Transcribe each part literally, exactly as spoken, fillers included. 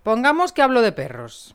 Pongamos que hablo de perros.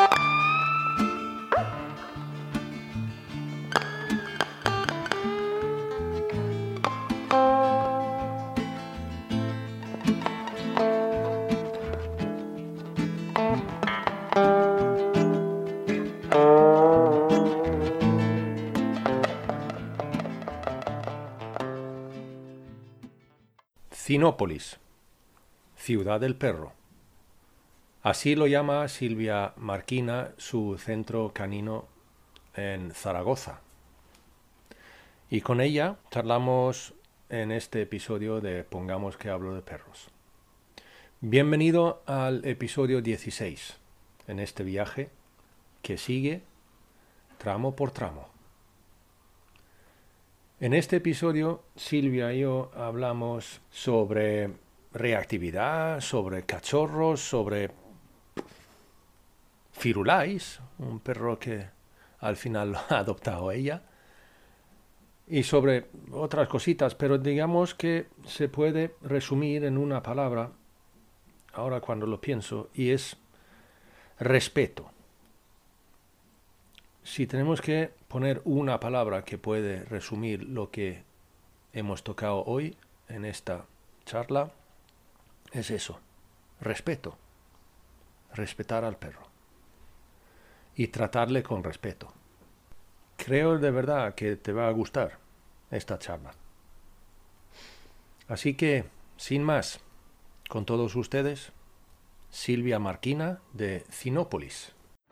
Cinópolis, ciudad del perro. Así lo llama Silvia Marquina su centro canino en Zaragoza. Y con ella charlamos en este episodio de Pongamos que hablo de perros. Bienvenido al episodio dieciséis, en este viaje que sigue tramo por tramo. En este episodio, Silvia y yo hablamos sobre reactividad, sobre cachorros, sobre Firulais, un perro que al final lo ha adoptado ella, y sobre otras cositas, pero digamos que se puede resumir en una palabra, ahora cuando lo pienso, y es respeto. Si tenemos que poner una palabra que puede resumir lo que hemos tocado hoy en esta charla, es eso, respeto, respetar al perro y tratarle con respeto. Creo de verdad que te va a gustar esta charla. Así que, sin más, con todos ustedes, Silvia Marquina de Cinópolis.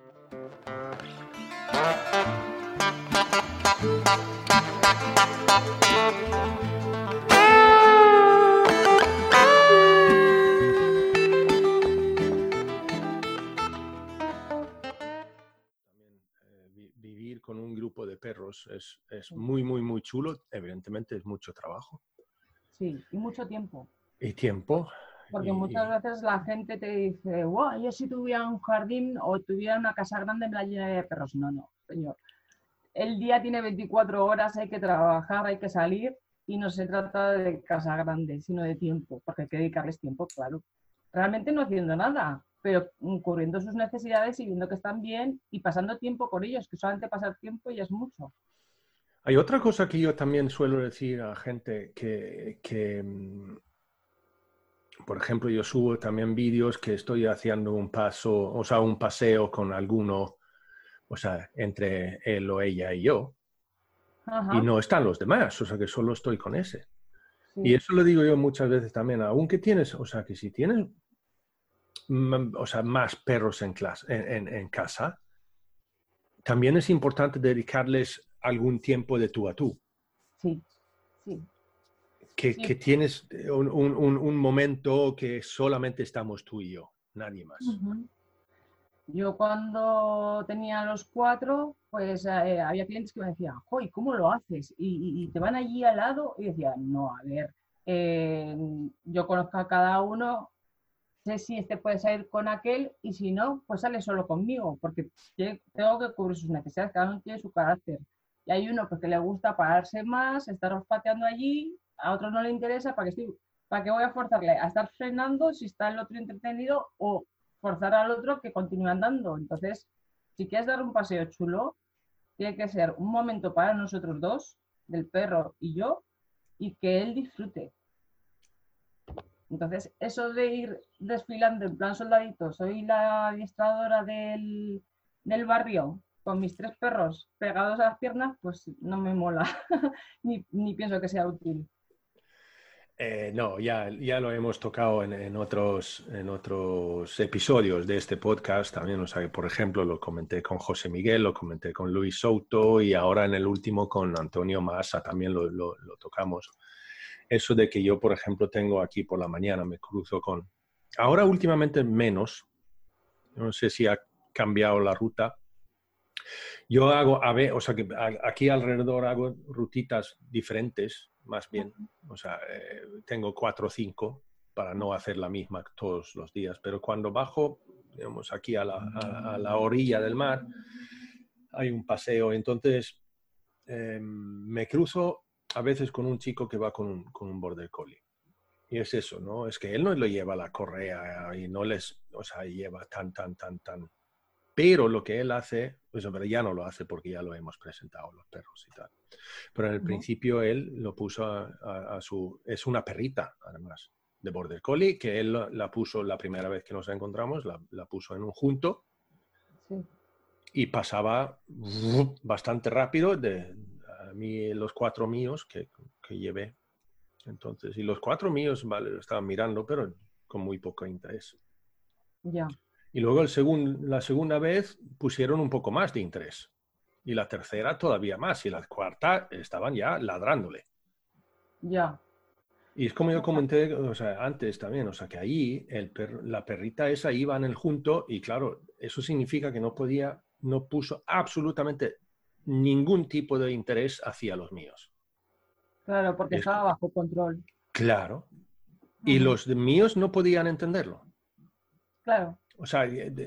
Vivir con un grupo de perros es, es muy, muy, muy chulo. Evidentemente es mucho trabajo. Sí, y mucho tiempo. Y tiempo. Porque y, muchas y... veces la gente te dice, wow, yo si tuviera un jardín o tuviera una casa grande me la llenaría de perros. No, no, señor. El día tiene veinticuatro horas, hay que trabajar, hay que salir y no se trata de casa grande, sino de tiempo, porque hay que dedicarles tiempo, claro. Realmente no haciendo nada, pero cubriendo sus necesidades y viendo que están bien y pasando tiempo con ellos, que solamente pasar tiempo ya es mucho. Hay otra cosa que yo también suelo decir a gente que, que por ejemplo, yo subo también vídeos que estoy haciendo un paso, o sea, un paseo con alguno, o sea, entre él o ella y yo. Ajá. Y no están los demás, o sea, que solo estoy con ese. Sí. Y eso lo digo yo muchas veces también, aunque tienes, o sea, que si tienes, o sea, más perros en, clase, en, en, en casa, también es importante dedicarles algún tiempo de tú a tú. Sí, sí. Que, sí. que tienes un, un, un momento que solamente estamos tú y yo, nadie más. Uh-huh. Yo cuando tenía los cuatro, pues eh, había clientes que me decían, ¡joy! ¿Cómo lo haces? Y, y, y te van allí al lado y decía, no, a ver, eh, yo conozco a cada uno, sé si este puede salir con aquel y si no, pues sale solo conmigo, porque tengo que cubrir sus necesidades, cada uno tiene su carácter. Y hay uno pues, que le gusta pararse más, estar olfateando allí, a otro no le interesa, ¿para qué, estoy, ¿para qué voy a forzarle a estar frenando si está el otro entretenido o forzar al otro que continúe andando? Entonces, si quieres dar un paseo chulo, tiene que ser un momento para nosotros dos, del perro y yo, y que él disfrute. Entonces, eso de ir desfilando en plan soldadito, soy la adiestradora del, del barrio con mis tres perros pegados a las piernas, pues no me mola, ni, ni pienso que sea útil. Eh, no, ya, ya lo hemos tocado en, en, otros, en otros episodios de este podcast también. O sea, por ejemplo, lo comenté con José Miguel, lo comenté con Luis Souto y ahora en el último con Antonio Massa también lo, lo, lo tocamos. Eso de que yo, por ejemplo, tengo aquí por la mañana, me cruzo con... Ahora últimamente menos, no sé si ha cambiado la ruta. Yo hago, a ver, o sea, que aquí alrededor hago rutitas diferentes, más bien. O sea, eh, tengo cuatro o cinco para no hacer la misma todos los días. Pero cuando bajo, digamos, aquí a la, a, a la orilla del mar, hay un paseo. Entonces, eh, me cruzo a veces con un chico que va con un, con un border collie. Y es eso, ¿no? Es que él no lo lleva la correa y no les, o sea, lleva tan, tan, tan, tan. Pero lo que él hace, pues pero ya no lo hace porque ya lo hemos presentado, los perros y tal. Pero en el Ujú. principio él lo puso a, a, a su... Es una perrita, además, de Border Collie, que él la, la puso la primera vez que nos encontramos, la, la puso en un junto Sí. y pasaba uh, bastante rápido de a mí, los cuatro míos que, que llevé. Entonces, y los cuatro míos, vale, lo estaban mirando, pero con muy poco interés. Ya. Y luego el segun, la segunda vez pusieron un poco más de interés. Y la tercera todavía más. Y la cuarta estaban ya ladrándole. Ya. Y es como yo comenté, o sea, antes también, o sea, que ahí el per, la perrita esa iba en el junto y claro, eso significa que no podía, no puso absolutamente ningún tipo de interés hacia los míos. Claro, porque Es, estaba bajo control. claro. Y Ujú. los míos no podían entenderlo. Claro. O sea,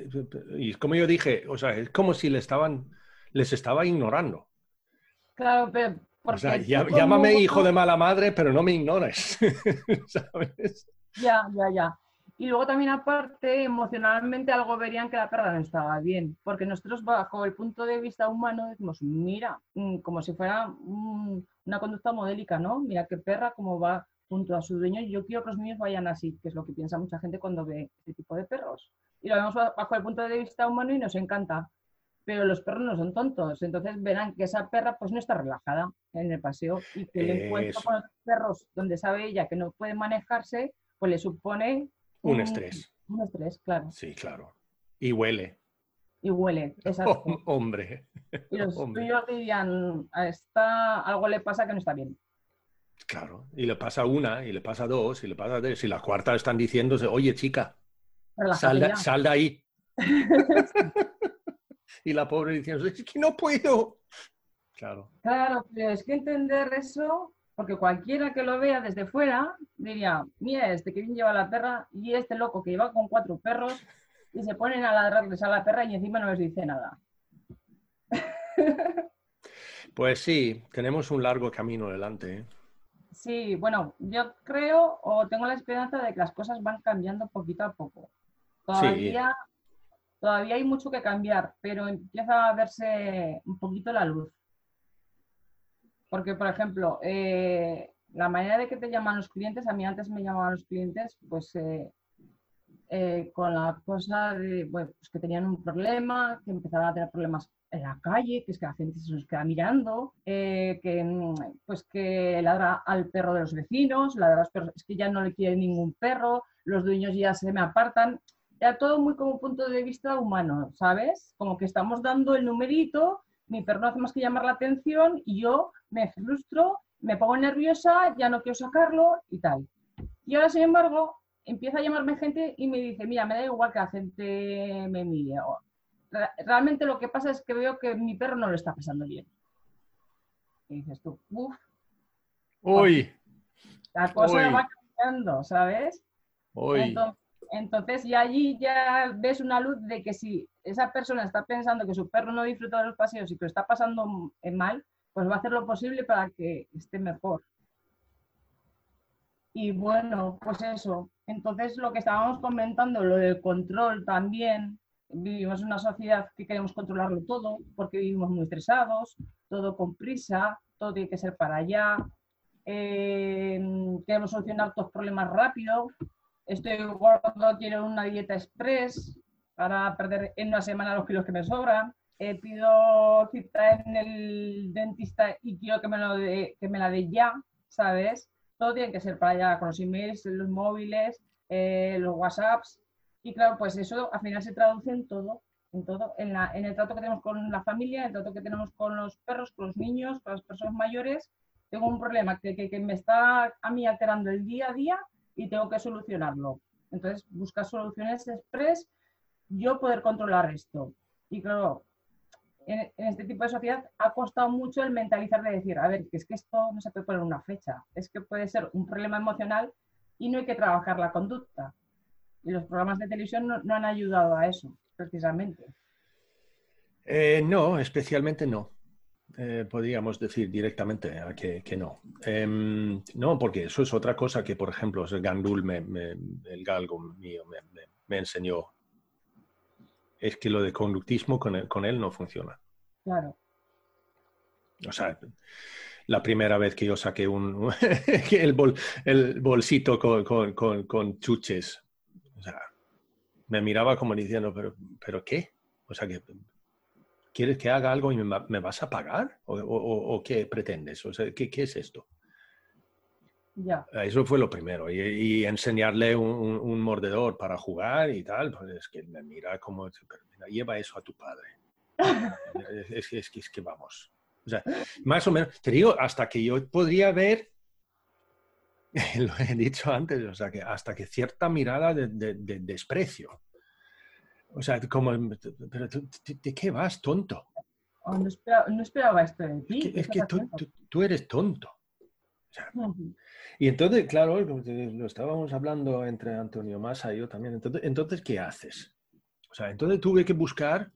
y como yo dije, o sea, es como si le estaban, les estaba ignorando. Claro, pero O sea, porque tú ya, como llámame hijo de uno, mala madre, pero no me ignores. ¿Sabes? ya, ya, ya. Y luego también aparte, emocionalmente algo verían que la perra no estaba bien, porque nosotros bajo el punto de vista humano decimos, mira, mm, como si fuera mm, una conducta modélica, ¿no? Mira qué perra, cómo va junto a su dueño, y yo quiero que los míos vayan así, que es lo que piensa mucha gente cuando ve este tipo de perros. Y lo vemos bajo el punto de vista humano y nos encanta. Pero los perros no son tontos, entonces verán que esa perra pues no está relajada en el paseo y que el encuentro Eso, con los perros donde sabe ella que no puede manejarse, pues le supone un un, estrés. un estrés, claro, Sí, claro. Y huele. y huele, exacto. Hombre. Y los Hombre. tuyos dirían, está, algo le pasa que no está bien. Claro. Y le pasa una, y le pasa dos, y le pasa tres. Y la cuarta están diciéndose, oye, chica, sal Relájate de, ya. sal de ahí. Sí. Y la pobre diciendo, es que no puedo. Claro. Claro, pero es que entender eso, porque cualquiera que lo vea desde fuera diría, mira este que bien lleva la perra y este loco que lleva con cuatro perros y se ponen a ladrarles a la perra y encima no les dice nada. Pues sí, tenemos un largo camino delante, ¿eh? Sí, bueno, yo creo o tengo la esperanza de que las cosas van cambiando poquito a poco. Sí. Todavía, todavía hay mucho que cambiar, pero empieza a verse un poquito la luz. Porque, por ejemplo, eh, la manera de que te llaman los clientes, a mí antes me llamaban los clientes, pues eh, eh, con la cosa de bueno, pues que tenían un problema, que empezaban a tener problemas en la calle, que es que la gente se nos queda mirando, eh, que pues que ladra al perro de los vecinos, ladra a los perros, es que ya no le quiere ningún perro, los dueños ya se me apartan, ya todo muy como punto de vista humano, ¿sabes? Como que estamos dando el numerito, mi perro no hace más que llamar la atención y yo me frustro, me pongo nerviosa, ya no quiero sacarlo y tal. Y ahora, sin embargo, empieza a llamarme gente y me dice, mira, me da igual que la gente me mire. Realmente lo que pasa es que veo que mi perro no lo está pasando bien. Y dices tú, uff, Uy, la cosa uy, va cambiando, ¿sabes? uy. Entonces, entonces ya allí ya ves una luz de que si esa persona está pensando que su perro no disfruta de los paseos y que lo está pasando mal, pues va a hacer lo posible para que esté mejor. Y bueno, pues eso. Entonces, lo que estábamos comentando, lo del control también, vivimos en una sociedad que queremos controlarlo todo, porque vivimos muy estresados, todo con prisa, todo tiene que ser para allá, eh, queremos solucionar todos los problemas rápido, estoy gordo, quiero una dieta express para perder en una semana los kilos que me sobran, eh, pido cita en el dentista y quiero que me, lo de, que me la dé ya, ¿sabes? Todo tiene que ser para allá, con los emails, los móviles, eh, los WhatsApps. Y claro, pues eso al final se traduce en todo, en todo, en, la, en el trato que tenemos con la familia, en el trato que tenemos con los perros, con los niños, con las personas mayores. Tengo un problema que, que, que me está a mí alterando el día a día y tengo que solucionarlo. Entonces, buscar soluciones express, yo poder controlar esto. Y claro, En, en este tipo de sociedad ha costado mucho el mentalizar de decir, a ver, que es que esto no se puede poner una fecha, es que puede ser un problema emocional y no hay que trabajar la conducta. Y los programas de televisión no, no han ayudado a eso, precisamente. Eh, no, especialmente no. eh, podríamos decir directamente a que, que no. Eh, no, porque eso es otra cosa que, por ejemplo, el Gandul, me, me, el galgo mío, me, me, me enseñó. Es que lo de conductismo con él, con él no funciona. Claro. O sea, la primera vez que yo saqué un, el, bol, el bolsito con, con, con, con chuches, o sea, me miraba como diciendo, ¿pero, pero qué? O sea, que ¿quieres que haga algo y me, me vas a pagar? ¿O, o, o qué pretendes? O sea, ¿qué, qué es esto? Ya. Eso fue lo primero. Y, y enseñarle un, un, un mordedor para jugar y tal, pues es que me mira como, lleva eso a tu padre. es, es, es, es que vamos. O sea, más o menos, te digo, hasta que yo podría ver, lo he dicho antes, o sea, que hasta que cierta mirada de, de, de desprecio. O sea, como, pero ¿de, de qué vas, tonto? Oh, no, esperaba, no esperaba esto de ti. Es que, es que tú, tú, tú eres tonto. O sea, uh-huh. Y entonces, claro, lo estábamos hablando entre Antonio Massa y yo también. Entonces, entonces, ¿qué haces? O sea, entonces tuve que buscar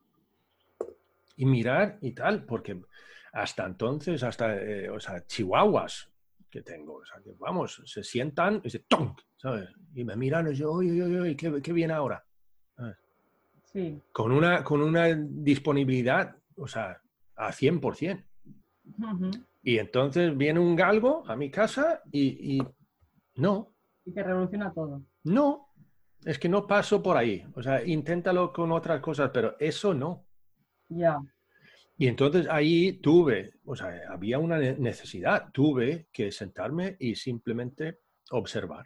y mirar y tal, porque hasta entonces, hasta, eh, o sea, chihuahuas que tengo, o sea, que vamos, se sientan y se ¡tonk! ¿Sabes? Y me miran y yo, oye, oye, oye, ¿qué, qué viene ahora? ¿Sabes? Sí. Con una, con una disponibilidad, o sea, a cien por ciento. Uh-huh. Y entonces viene un galgo a mi casa y, y no. Y te revoluciona todo. No, es que no paso por ahí. O sea, inténtalo con otras cosas, pero eso no. Ya. Y entonces ahí tuve, o sea, había una necesidad, tuve que sentarme y simplemente observar.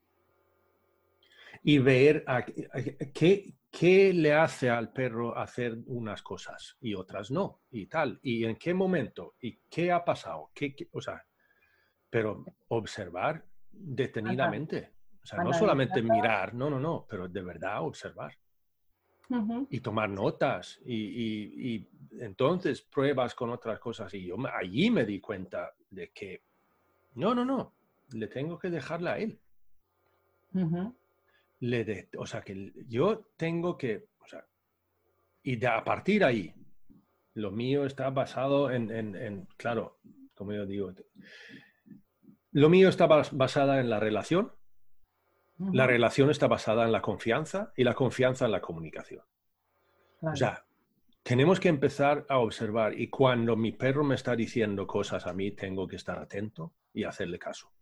Y ver a, a, a, qué, qué le hace al perro hacer unas cosas y otras no, y tal. Y en qué momento, y qué ha pasado. ¿Qué, qué, o sea, pero observar detenidamente. O sea, no solamente mirar, no, no, no, pero de verdad observar. Uh-huh. Y tomar notas. Y, y, y entonces pruebas con otras cosas. Y yo allí me di cuenta de que, no, no, no, le tengo que dejarla a él. Uh-huh. Le de, o sea, que yo tengo que, o sea, y de, a partir de ahí, lo mío está basado en, en, en, claro, como yo digo, lo mío está basada en la relación. Uh-huh. La relación está basada en la confianza y la confianza en la comunicación. Claro. O sea, tenemos que empezar a observar y cuando mi perro me está diciendo cosas a mí, tengo que estar atento y hacerle caso.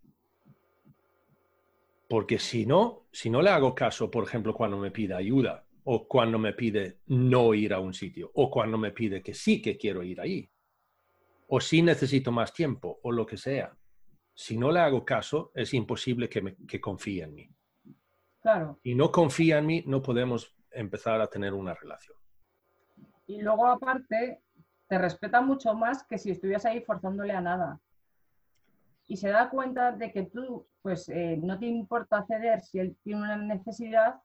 Porque si no, si no le hago caso, por ejemplo, cuando me pide ayuda o cuando me pide no ir a un sitio o cuando me pide que sí que quiero ir ahí o si necesito más tiempo o lo que sea, si no le hago caso, es imposible que, me, que confíe en mí. Claro. Y no confía en mí, no podemos empezar a tener una relación. Y luego, aparte, te respeta mucho más que si estuvieras ahí forzándole a nada. Y se da cuenta de que tú, pues, eh, no te importa ceder si él tiene una necesidad,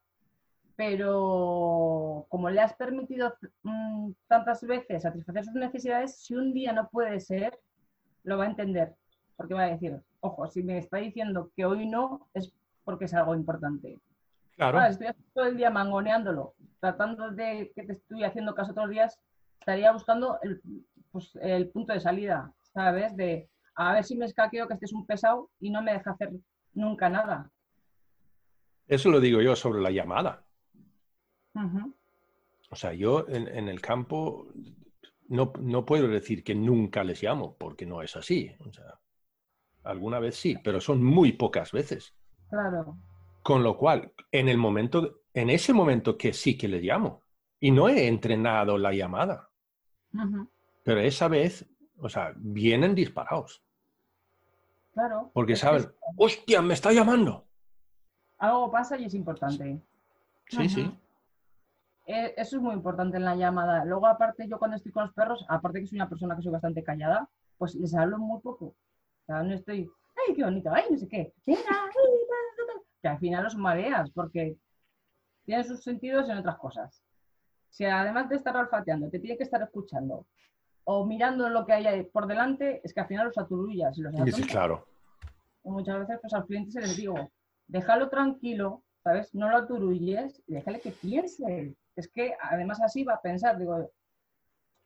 pero como le has permitido mmm, tantas veces satisfacer sus necesidades, si un día no puede ser, lo va a entender. Porque va a decir, ojo, si me está diciendo que hoy no, es porque es algo importante. Claro. Ah, estoy todo el día mangoneándolo, tratando de que te estoy haciendo caso todos los días, estaría buscando el, pues, el punto de salida, ¿sabes? De a ver si me escaqueo que este es un pesado y no me deja hacer nunca nada. Eso lo digo yo sobre la llamada. Uh-huh. O sea, yo en, en el campo no, no puedo decir que nunca les llamo, porque no es así. O sea, alguna vez sí, pero son muy pocas veces. Claro. Con lo cual, en el momento, en ese momento que sí que les llamo, y no he entrenado la llamada, uh-huh. Pero esa vez, o sea, vienen disparados. Claro. Porque saben, es... ¡hostia, me está llamando! Algo pasa y es importante. Sí, uh-huh. sí. Eh, eso es muy importante en la llamada. Luego, aparte, yo cuando estoy con los perros, aparte que soy una persona que soy bastante callada, pues les hablo muy poco. O sea, no estoy, ¡ay, qué bonito! ¡Ay, no sé qué! ¡Mira! ¡Ay, que al final los mareas porque tienen sus sentidos en otras cosas. Si además de estar olfateando, te tiene que estar escuchando o mirando lo que hay por delante, es que al final los aturullas. Los sí, claro. Y muchas veces pues, a los clientes se les digo, déjalo tranquilo, ¿sabes? No lo aturulles y déjale que piense. Es que además así va a pensar, digo,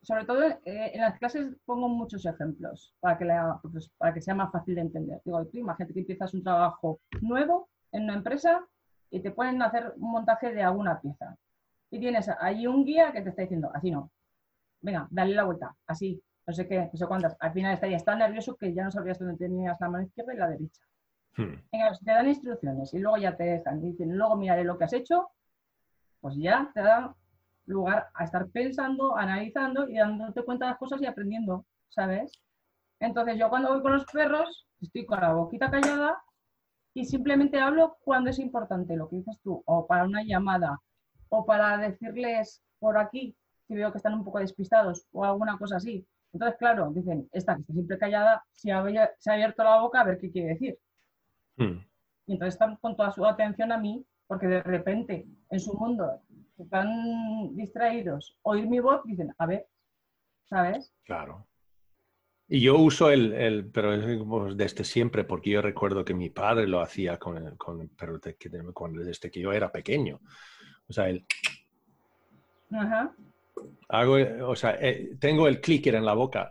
sobre todo eh, en las clases pongo muchos ejemplos para que, la, pues, para que sea más fácil de entender. Digo, tú imagínate que empiezas un trabajo nuevo en una empresa y te ponen a hacer un montaje de alguna pieza. Y tienes ahí un guía que te está diciendo, así no, venga, dale la vuelta, así, no sé qué, no sé cuántas. Al final estarías tan nervioso que ya no sabrías dónde tenías la mano izquierda y la derecha. Hmm. Venga, si te dan instrucciones y luego ya te dejan, y dicen, luego miraré lo que has hecho, pues ya te da lugar a estar pensando, analizando y dándote cuenta de las cosas y aprendiendo, ¿sabes? Entonces yo cuando voy con los perros, estoy con la boquita callada y simplemente hablo cuando es importante, lo que dices tú, o para una llamada, o para decirles por aquí, si veo que están un poco despistados, o alguna cosa así. Entonces, claro, dicen, esta que está siempre callada, se ha, se ha abierto la boca a ver qué quiere decir. Hmm. Y entonces están con toda su atención a mí, porque de repente en su mundo están distraídos, oír mi voz, dicen, a ver, ¿sabes? Claro. Y yo uso el, el pero es como desde siempre, porque yo recuerdo que mi padre lo hacía con el, con el perro de, que, cuando, desde que yo era pequeño. O sea, el, Ajá. hago, o sea, eh, tengo el clicker en la boca.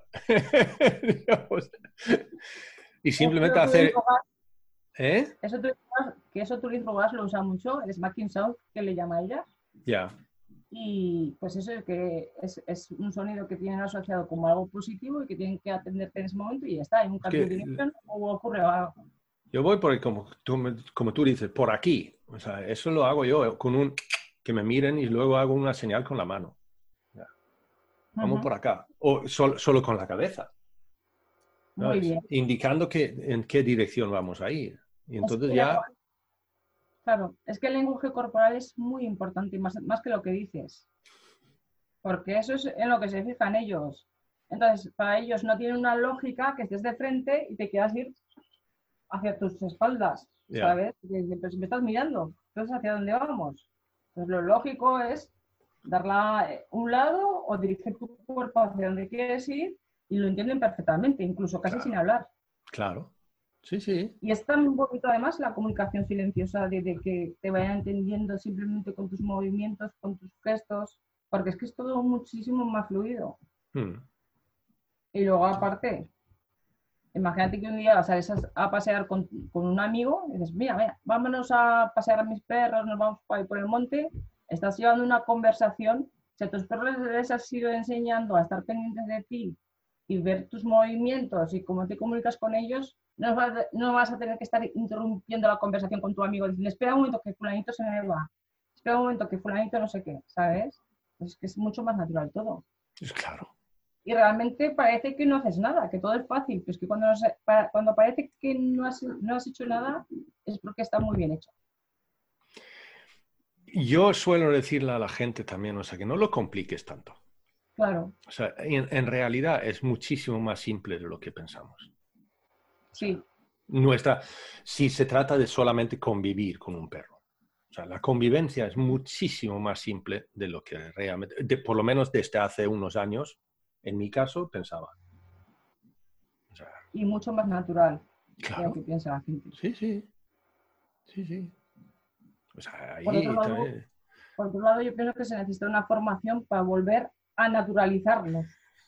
Y simplemente Eso hacer... tú ¿Eh? Eso tú, que eso tú lo usa mucho, el smacking sound, que le llama ella. Ya. Yeah. Y pues eso es que es, es un sonido que tienen asociado como algo positivo y que tienen que atenderte en ese momento y ya está, hay un cambio de dirección o ocurre algo. Yo voy por, como tú, como tú dices, por aquí. O sea, eso lo hago yo con un... que me miren y luego hago una señal con la mano. Ya. Vamos uh-huh. por acá. O sol, solo con la cabeza. Muy bien. Indicando que, en qué dirección vamos a ir. Y entonces es ya... La... Claro, es que el lenguaje corporal es muy importante, más, más que lo que dices. Porque eso es en lo que se fijan ellos. Entonces, para ellos no tiene una lógica que estés de frente y te quieras ir hacia tus espaldas, yeah. ¿sabes? Pero si me estás mirando, entonces ¿hacia dónde vamos? Entonces lo lógico es darla un lado o dirigir tu cuerpo hacia donde quieres ir y lo entienden perfectamente, incluso casi claro. sin hablar. Claro, sí, sí. Y es tan bonito además la comunicación silenciosa de, de que te vayan entendiendo simplemente con tus movimientos, con tus gestos, porque es que es todo muchísimo más fluido. Hmm. Y luego aparte, imagínate que un día sales a pasear con, con un amigo y dices, mira, mira, vámonos a pasear a mis perros, nos vamos por ahí por el monte, estás llevando una conversación, si a tus perros les has ido enseñando a estar pendientes de ti y ver tus movimientos y cómo te comunicas con ellos, no vas, a, no vas a tener que estar interrumpiendo la conversación con tu amigo, diciendo, espera un momento que fulanito se me va, espera un momento que fulanito no sé qué, ¿sabes? Pues es que es mucho más natural todo. Es claro. Y realmente parece que no haces nada, que todo es fácil, pero es que cuando, se, para, cuando parece que no has, no has hecho nada es porque está muy bien hecho. Yo suelo decirle a la gente también, o sea, que no lo compliques tanto. Claro. O sea, en, en realidad es muchísimo más simple de lo que pensamos. Sí. O sea, nuestra, si se trata de solamente convivir con un perro. O sea, la convivencia es muchísimo más simple de lo que realmente, de, por lo menos desde hace unos años, en mi caso, pensaba. O sea, y mucho más natural claro. de lo que piensa la gente. Sí, sí. Sí, sí. O sea, ahí por, otro lado, también... por otro lado, yo pienso que se necesita una formación para volver a naturalizarlo.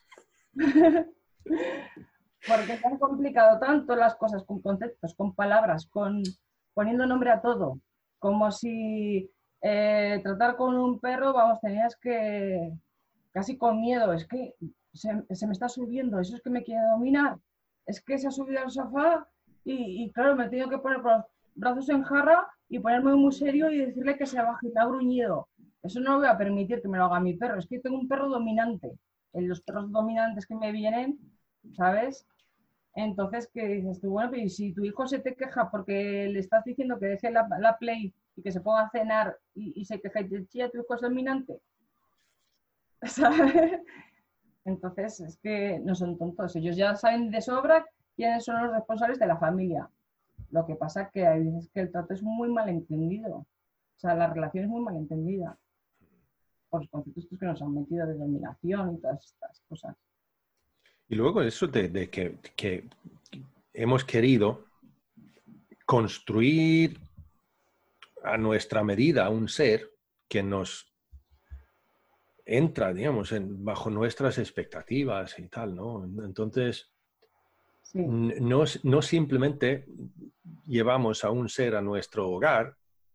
Porque se han complicado tanto las cosas con conceptos, con palabras, con poniendo nombre a todo. Como si eh, tratar con un perro, vamos, tenías que casi con miedo, es que se, se me está subiendo, eso es que me quiere dominar, es que se ha subido al sofá y, y claro, me he tenido que poner con los brazos en jarra y ponerme muy serio y decirle que se baje, me ha gruñido. Eso no lo voy a permitir que me lo haga mi perro, es que tengo un perro dominante. Los perros dominantes que me vienen, ¿sabes? Entonces, que dices tú, bueno, y si tu hijo se te queja porque le estás diciendo que deje la, la play y que se ponga a cenar y, y se queja y te chilla, tu hijo es dominante. ¿Sabes? Entonces, es que no son tontos. Ellos ya saben de sobra quiénes son los responsables de la familia. Lo que pasa es que hay veces que el trato es muy mal entendido. O sea, la relación es muy mal entendida. Por los conceptos que nos han metido de dominación y todas estas cosas. Y luego eso de, de que, que hemos querido construir a nuestra medida un ser que nos entra, digamos, en, bajo nuestras expectativas y tal, ¿no? Entonces, Sí. no, no simplemente llevamos a un ser a nuestro hogar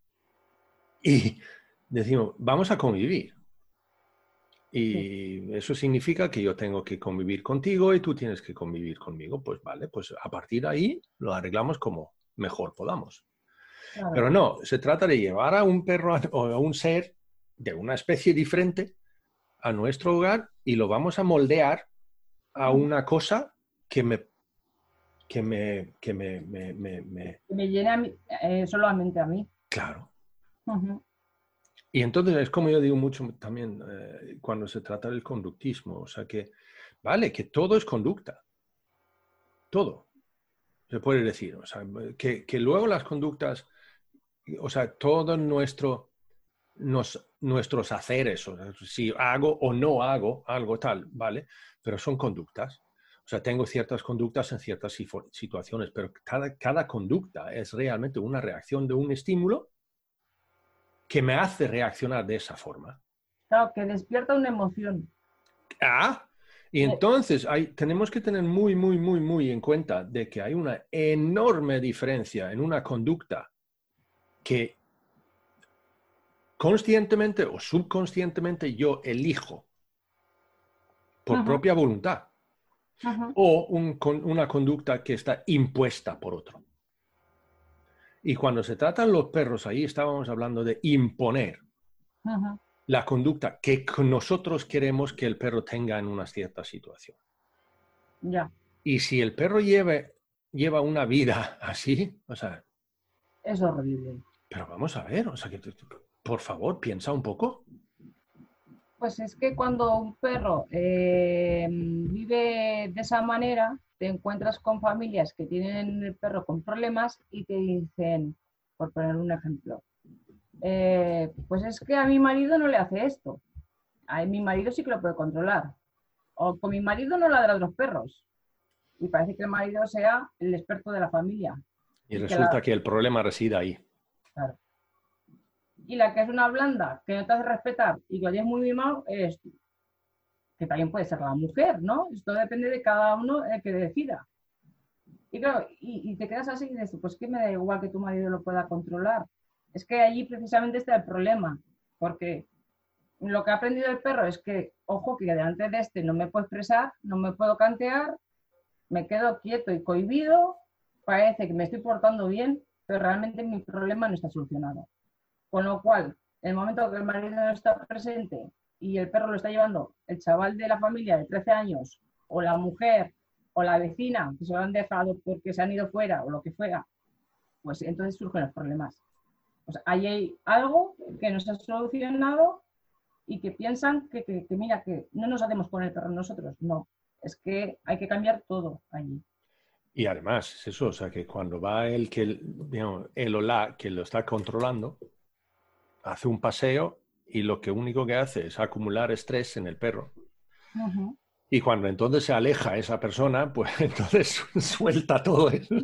y decimos, vamos a convivir. Y sí. Eso significa que yo tengo que convivir contigo y tú tienes que convivir conmigo. Pues vale, pues a partir de ahí lo arreglamos como mejor podamos. Claro. Pero no, se trata de llevar a un perro o a un ser de una especie diferente a nuestro hogar y lo vamos a moldear a una cosa que me que me que me me, me, me... me llene a mí, eh, solamente a mí. Claro. Uh-huh. Y entonces es como yo digo mucho también eh, cuando se trata del conductismo, o sea que, vale, que todo es conducta, todo, se puede decir, o sea, que, que luego las conductas, o sea, todo nuestro, nos, nuestros haceres, o sea, si hago o no hago algo tal, vale, pero son conductas. O sea, tengo ciertas conductas en ciertas situaciones, pero cada, cada conducta es realmente una reacción de un estímulo que me hace reaccionar de esa forma. Claro, que despierta una emoción. Ah, y entonces hay, tenemos que tener muy, muy, muy, muy en cuenta de que hay una enorme diferencia en una conducta que conscientemente o subconscientemente yo elijo por uh-huh. propia voluntad uh-huh. o un, con, una conducta que está impuesta por otro. Y cuando se tratan los perros, ahí estábamos hablando de imponer uh-huh. la conducta que nosotros queremos que el perro tenga en una cierta situación. Ya. Yeah. Y si el perro lleve, lleva una vida así, o sea... Es horrible. Pero vamos a ver, o sea, que por favor, piensa un poco. Pues es que cuando un perro eh, vive de esa manera, te encuentras con familias que tienen el perro con problemas y te dicen, por poner un ejemplo, eh, pues es que a mi marido no le hace esto. A mi marido sí que lo puede controlar. O con mi marido no ladra a los perros. Y parece que el marido sea el experto de la familia. Y, y resulta que, la... que el problema reside ahí. Claro. Y la que es una blanda, que no te hace respetar y que es muy mimado, es tú. Que también puede ser la mujer, ¿no? Esto depende de cada uno el que decida. Y claro, y, y te quedas así y dices, pues que me da igual que tu marido lo pueda controlar. Es que allí precisamente está el problema, porque lo que ha aprendido el perro es que, ojo, que delante de este no me puedo expresar, no me puedo cantear, me quedo quieto y cohibido, parece que me estoy portando bien, pero realmente mi problema no está solucionado. Con lo cual, en el momento que el marido no está presente y el perro lo está llevando el chaval de la familia de trece años, o la mujer, o la vecina, que se lo han dejado porque se han ido fuera, o lo que fuera, pues entonces surgen los problemas. O sea, ahí hay algo que no se ha solucionado y que piensan que, que, que, mira, que no nos hacemos con el perro nosotros. No, es que hay que cambiar todo allí. Y además, es eso, o sea, que cuando va el que, digamos, el o la que lo está controlando, hace un paseo y lo que único que hace es acumular estrés en el perro. Uh-huh. Y cuando entonces se aleja esa persona, pues entonces suelta todo eso.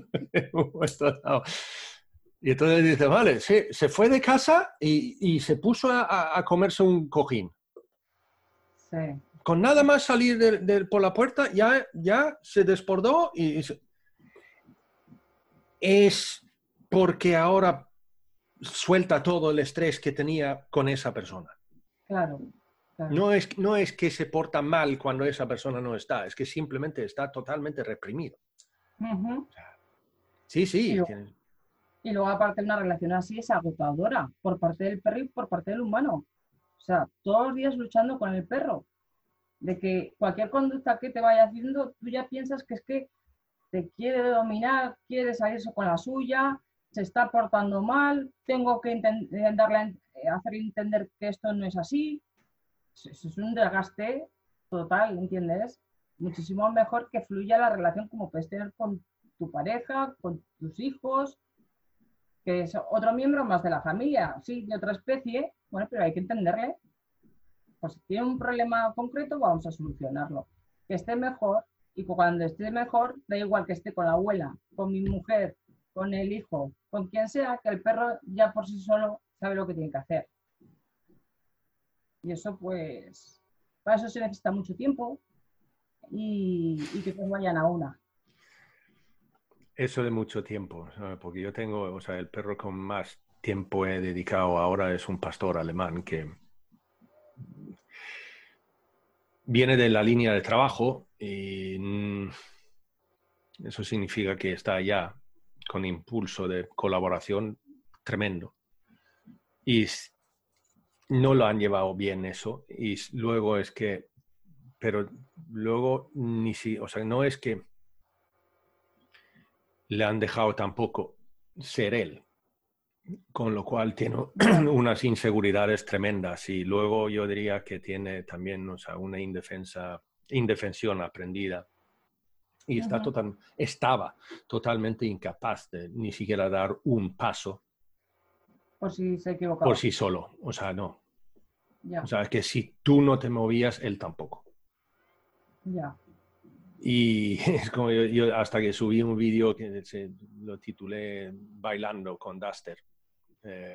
Y entonces dice, vale, sí, se fue de casa y, y se puso a, a comerse un cojín. Sí. Con nada más salir de, de, por la puerta, ya, ya se desbordó y, y se... es porque ahora suelta todo el estrés que tenía con esa persona. Claro, claro. No es, no es que se porta mal cuando esa persona no está, es que simplemente está totalmente reprimido. Uh-huh. Sí, sí. Y luego, y luego, aparte, una relación así es agotadora por parte del perro y por parte del humano. O sea, todos los días luchando con el perro. De que cualquier conducta que te vaya haciendo, tú ya piensas que es que te quiere dominar, quiere salirse con la suya, se está portando mal, tengo que intentarle hacerle entender que esto no es así. Es un desgaste total, ¿entiendes? Muchísimo mejor que fluya la relación como puedes tener con tu pareja, con tus hijos, que es otro miembro más de la familia, sí, de otra especie, bueno, pero hay que entenderle. Pues si tiene un problema concreto, vamos a solucionarlo. Que esté mejor, y cuando esté mejor, da igual que esté con la abuela, con mi mujer, con el hijo, con quien sea, que el perro ya por sí solo sabe lo que tiene que hacer. Y eso pues Para eso se necesita mucho tiempo y, y que todos vayan a una. Eso de mucho tiempo, ¿sabes? Porque yo tengo, o sea, el perro con más tiempo he dedicado ahora es un pastor alemán que viene de la línea de trabajo y mm, eso significa que está ya con impulso de colaboración tremendo. Y no lo han llevado bien eso. Y luego es que, pero luego ni si, o sea, no es que le han dejado tampoco ser él, con lo cual tiene unas inseguridades tremendas y luego yo diría que tiene también, o sea, una indefensa, indefensión aprendida y está Uh-huh. total, estaba totalmente incapaz de ni siquiera dar un paso Por si se equivocaba. por sí solo, o sea, no. Ya, O sea, que si tú no te movías, él tampoco. ya. Y es como yo, yo hasta que subí un vídeo que se, lo titulé Bailando con Duster, eh,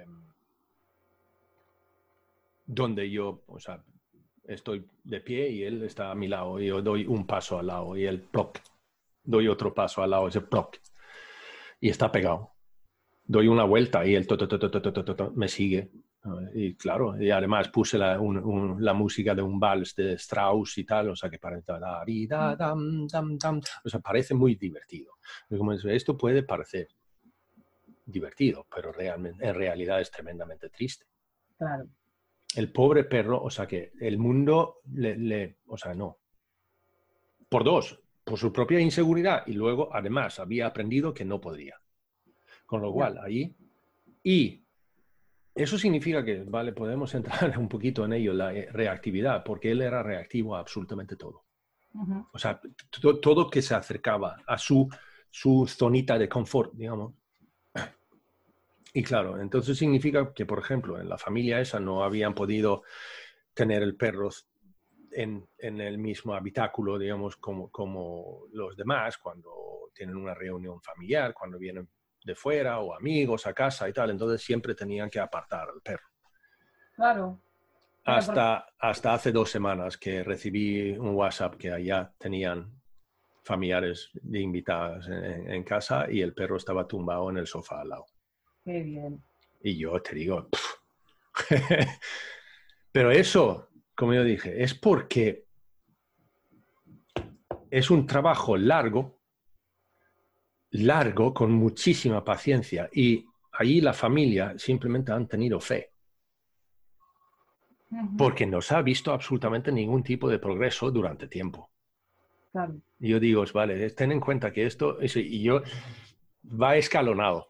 donde yo, o sea, estoy de pie y él está a mi lado y yo doy un paso al lado y él ploc, doy otro paso al lado, ese ploc, y está pegado. Doy una vuelta y él to, to, to, to, to, to, to, me sigue. Y claro, y además puse la, un, un, la música de un vals de Strauss y tal, o sea que parece, da, dam, dam, dam, o sea, parece muy divertido. Como esto puede parecer divertido, pero realmente, en realidad es tremendamente triste. Claro. El pobre perro, o sea que el mundo le, le, o sea, no. Por dos, por su propia inseguridad y luego además había aprendido que no podría. Con lo cual, ahí, y eso significa que, vale, podemos entrar un poquito en ello, la reactividad, porque él era reactivo a absolutamente todo. Uh-huh. O sea, todo, todo que se acercaba a su, su zonita de confort, digamos. Y claro, entonces significa que, por ejemplo, en la familia esa no habían podido tener el perro en, en el mismo habitáculo, digamos, como, como los demás, cuando tienen una reunión familiar, cuando vienen de fuera o amigos a casa y tal. Entonces siempre tenían que apartar al perro. Claro. Hasta, hasta hace dos semanas que recibí un WhatsApp que allá tenían familiares de invitadas en, en casa y el perro estaba tumbado en el sofá al lado. Qué bien. Y yo te digo, pero eso, como yo dije, es porque es un trabajo largo, largo, con muchísima paciencia y allí la familia simplemente han tenido fe. Uh-huh. Porque no se ha visto absolutamente ningún tipo de progreso durante tiempo. Claro. Y yo digo, vale, ten en cuenta que esto, eso, y yo, va escalonado.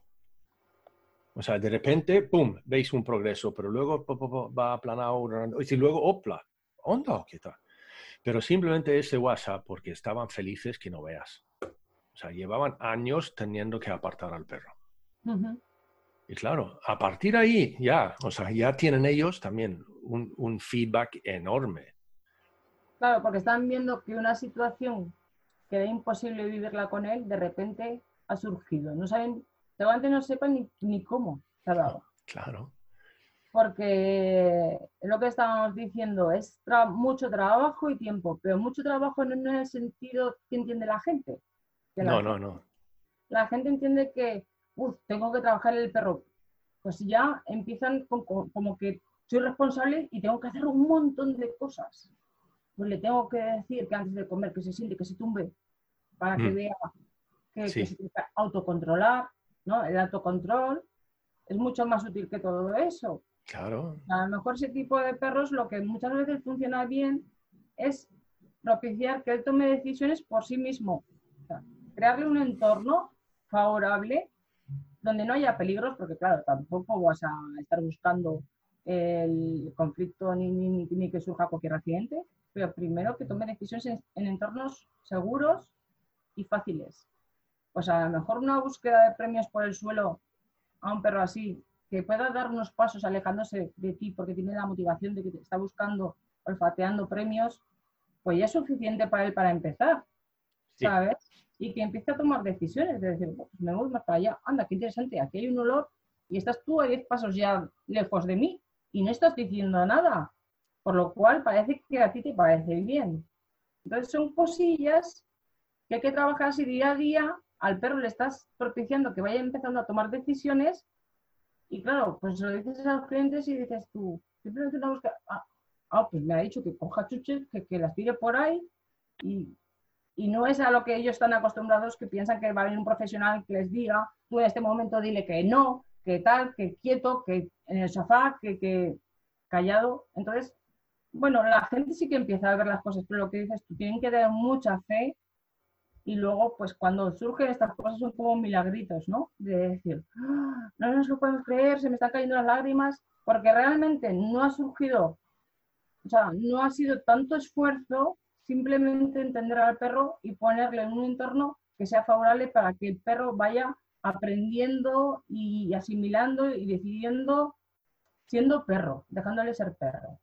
O sea, de repente, pum, veis un progreso, pero luego po, po, po, va aplanado, y luego, opla, onda, ¿qué tal? Pero simplemente ese WhatsApp, porque estaban felices que no veas. O sea, llevaban años teniendo que apartar al perro. Uh-huh. Y claro, a partir de ahí, ya, o sea, ya tienen ellos también un, un feedback enorme. Claro, porque están viendo que una situación que era imposible vivirla con él, de repente ha surgido. No saben, seguramente no sepan ni, ni cómo se ha dado. Claro. Porque lo que estábamos diciendo es tra- mucho trabajo y tiempo, pero mucho trabajo no en el sentido que entiende la gente. Que la No, gente, no, no. La gente entiende que, uff, tengo que trabajar el perro. Pues ya empiezan con, con, como que soy responsable y tengo que hacer un montón de cosas. Pues le tengo que decir que antes de comer que se siente, que se tumbe, para que Mm. vea que, Sí. que se tiene que autocontrolar, ¿no? El autocontrol es mucho más útil que todo eso. Claro. A lo mejor ese tipo de perros lo que muchas veces funciona bien es propiciar que él tome decisiones por sí mismo. O sea, crearle un entorno favorable donde no haya peligros, porque claro, tampoco vas a estar buscando el conflicto ni, ni, ni que surja cualquier accidente, pero primero que tome decisiones en, en entornos seguros y fáciles. Pues a lo mejor una búsqueda de premios por el suelo a un perro así, que pueda dar unos pasos alejándose de ti porque tiene la motivación de que te está buscando, olfateando premios, pues ya es suficiente para él para empezar, Sí. ¿sabes? Y que empiece a tomar decisiones, de decir, pues me voy más para allá, anda, qué interesante, aquí hay un olor y estás tú a diez pasos ya lejos de mí y no estás diciendo nada. por lo cual parece que a ti te parece bien. Entonces son cosillas que hay que trabajar si día a día al perro le estás propiciando que vaya empezando a tomar decisiones y claro, pues lo dices a los clientes y dices tú, simplemente una búsqueda, ah, ah, pues me ha dicho que coja chuches, que, que las tire por ahí y, y no es a lo que ellos están acostumbrados, que piensan que va a venir un profesional que les diga, tú en este momento dile que no, que tal, que quieto, que en el sofá, que, que callado. Entonces, bueno, la gente sí que empieza a ver las cosas, pero lo que dices tú, tienen que tener mucha fe y luego, pues cuando surgen estas cosas son como milagritos, ¿no? De decir, ¡ah! No nos lo podemos creer, se me están cayendo las lágrimas, porque realmente no ha surgido, o sea, no ha sido tanto esfuerzo, simplemente entender al perro y ponerle en un entorno que sea favorable para que el perro vaya aprendiendo y asimilando y decidiendo siendo perro, dejándole ser perro.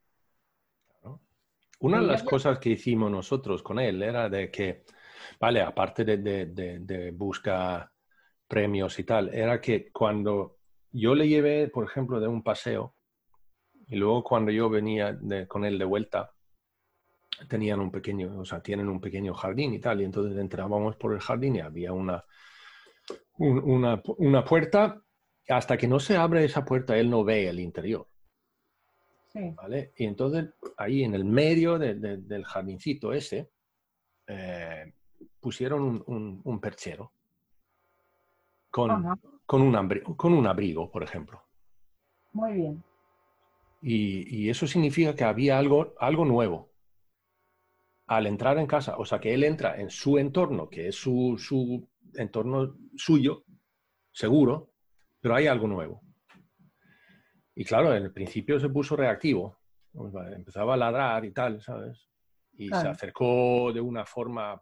Una de Y las ella- cosas que hicimos nosotros con él era de que, vale, aparte de, de, de, de buscar premios y tal, era que cuando yo le llevé, por ejemplo, de un paseo, y luego cuando yo venía de, con él de vuelta, tenían un pequeño, o sea, tienen un pequeño jardín y tal, y entonces entrábamos por el jardín y había una, un- una, una puerta, hasta que no se abre esa puerta, él no ve el interior. Sí. ¿Vale? Y entonces ahí en el medio de, de, del jardincito ese eh, pusieron un, un, un perchero con, Ajá, con, un abrigo, con un abrigo, por ejemplo. muy bien. Y, y eso significa que había algo, algo nuevo. Al entrar en casa, o sea, que él entra en su entorno, que es su, su entorno suyo, seguro, pero hay algo nuevo. Y claro, en el principio se puso reactivo, empezaba a ladrar y tal, ¿sabes? Y Claro. se acercó de una forma,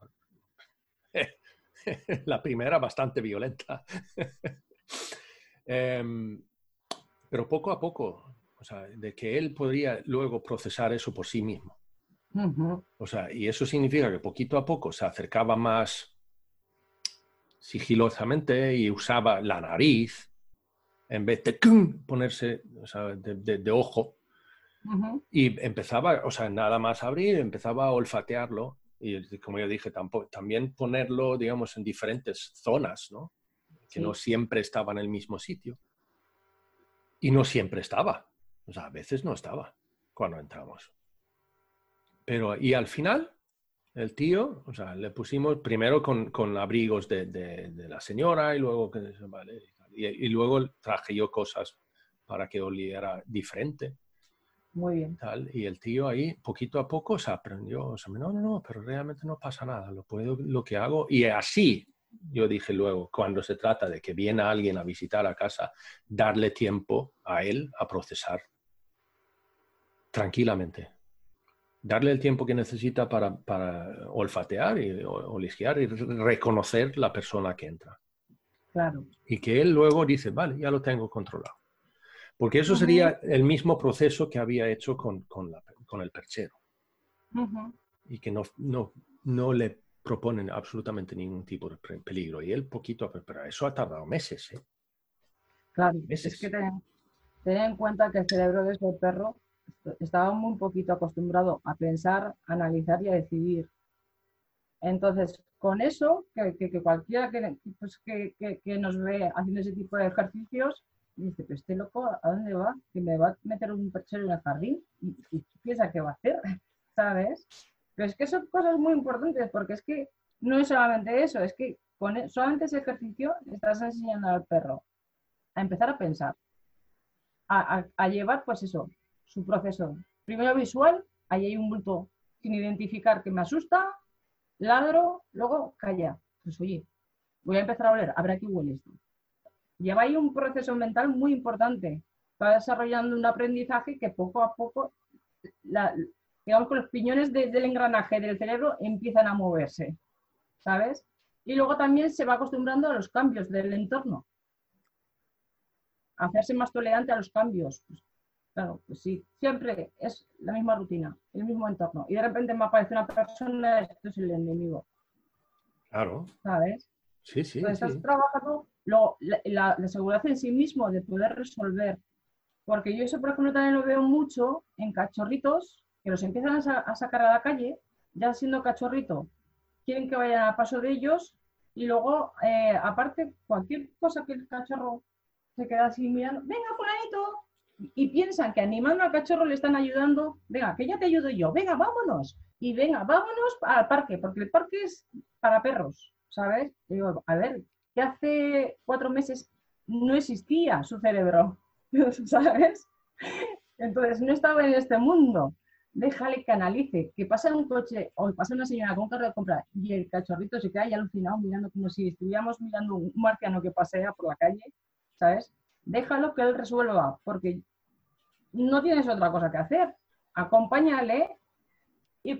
la primera bastante violenta. um, pero poco a poco, o sea, de que él podría luego procesar eso por sí mismo. Uh-huh. O sea, y eso significa que poquito a poco se acercaba más sigilosamente y usaba la nariz en vez de ponerse, o sea, de, de, de ojo. Uh-huh. Y empezaba, o sea, nada más abrir, empezaba a olfatearlo. Y como yo dije, tampoco, también ponerlo, digamos, en diferentes zonas, ¿no? Que Sí. no siempre estaba en el mismo sitio. Y no siempre estaba. O sea, a veces no estaba cuando entramos. Pero, y al final, el tío, o sea, le pusimos primero con, con abrigos de, de, de la señora y luego, vale, y, y luego traje yo cosas para que oliera diferente. Muy bien. Tal, y el tío ahí, poquito a poco, se aprendió. O sea, no, no, no, pero realmente no pasa nada. Lo, puedo, lo que hago. Y así, yo dije luego, cuando se trata de que viene alguien a visitar a casa, darle tiempo a él a procesar tranquilamente. Darle el tiempo que necesita para, para olfatear y olisquear y reconocer la persona que entra. Claro. Y que él luego dice, vale, ya lo tengo controlado. Porque eso sería el mismo proceso que había hecho con, con, la, con el perchero. Uh-huh. Y que no, no, no le proponen absolutamente ningún tipo de peligro. Y él poquito a poco, pero eso ha tardado meses, ¿eh? Claro. Meses. Es que ten, ten en cuenta que el cerebro de ese perro estaba muy poquito acostumbrado a pensar, a analizar y a decidir. Entonces, con eso, que, que, que cualquiera que, pues, que, que, que nos ve haciendo ese tipo de ejercicios, dice, pero este loco, ¿a dónde va? ¿Que me va a meter un perchero en el jardín? ¿Y, y qué piensa que va a hacer? ¿Sabes? Pero es que son cosas muy importantes, porque es que no es solamente eso, es que con solamente ese ejercicio estás enseñando al perro a empezar a pensar, a, a, a llevar, pues eso, su proceso. Primero visual, ahí hay un bulto sin identificar que me asusta, ladro, luego calla. Pues oye, voy a empezar a oler, a ver a qué huele esto. Lleva ahí un proceso mental muy importante. Va desarrollando un aprendizaje que poco a poco, la, digamos que los piñones de, del engranaje del cerebro empiezan a moverse, ¿sabes? Y luego también se va acostumbrando a los cambios del entorno. A hacerse más tolerante a los cambios. Pues, claro, pues sí, siempre es la misma rutina, el mismo entorno. Y de repente me aparece una persona, esto es el enemigo. Claro. ¿Sabes? Sí, sí, Entonces sí. estás trabajando lo, la, la, la seguridad en sí mismo de poder resolver Porque yo eso, por ejemplo, también lo veo mucho en cachorritos que los empiezan a, sa a sacar a la calle, ya siendo cachorrito, quieren que vayan a paso de ellos y luego, eh, aparte, cualquier cosa que el cachorro se queda así mirando, venga, fulanito, y, y piensan que animando al cachorro le están ayudando, venga, que ya te ayudo yo, venga, vámonos, y venga, vámonos al parque, porque el parque es para perros, ¿sabes? Y digo, a ver, que hace cuatro meses no existía su cerebro, ¿sabes? Entonces no estaba en este mundo. Déjale que analice, que pasa un coche o pasa una señora con un carro de compra y el cachorrito se queda ahí alucinado mirando como si estuviéramos mirando un marciano que pasea por la calle, ¿sabes? Déjalo que él resuelva, porque no tienes otra cosa que hacer. Acompáñale y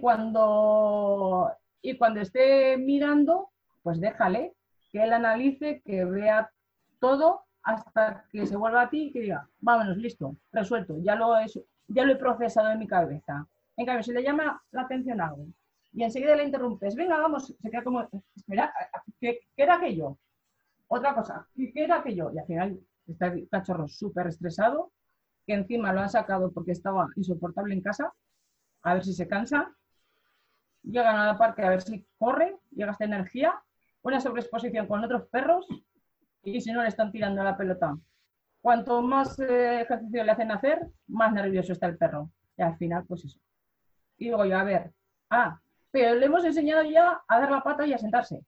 cuando, y cuando esté mirando, pues déjale que él analice, que vea todo hasta que se vuelva a ti y que diga, vámonos, listo, resuelto, ya lo he, ya lo he procesado en mi cabeza. En cambio, si le llama la atención algo y enseguida le interrumpes, venga, vamos, se queda como, espera, ¿qué, qué era aquello? Otra cosa, ¿qué, qué era aquello? Y al final está el cachorro súper estresado, que encima lo han sacado porque estaba insoportable en casa, a ver si se cansa, llegan al parque a ver si corre, llega esta energía, una sobreexposición con otros perros y si no le están tirando la pelota. Cuanto más eh, ejercicio le hacen hacer, más nervioso está el perro. Y al final, pues eso. Y digo yo, a ver, ah, pero le hemos enseñado ya a dar la pata y a sentarse.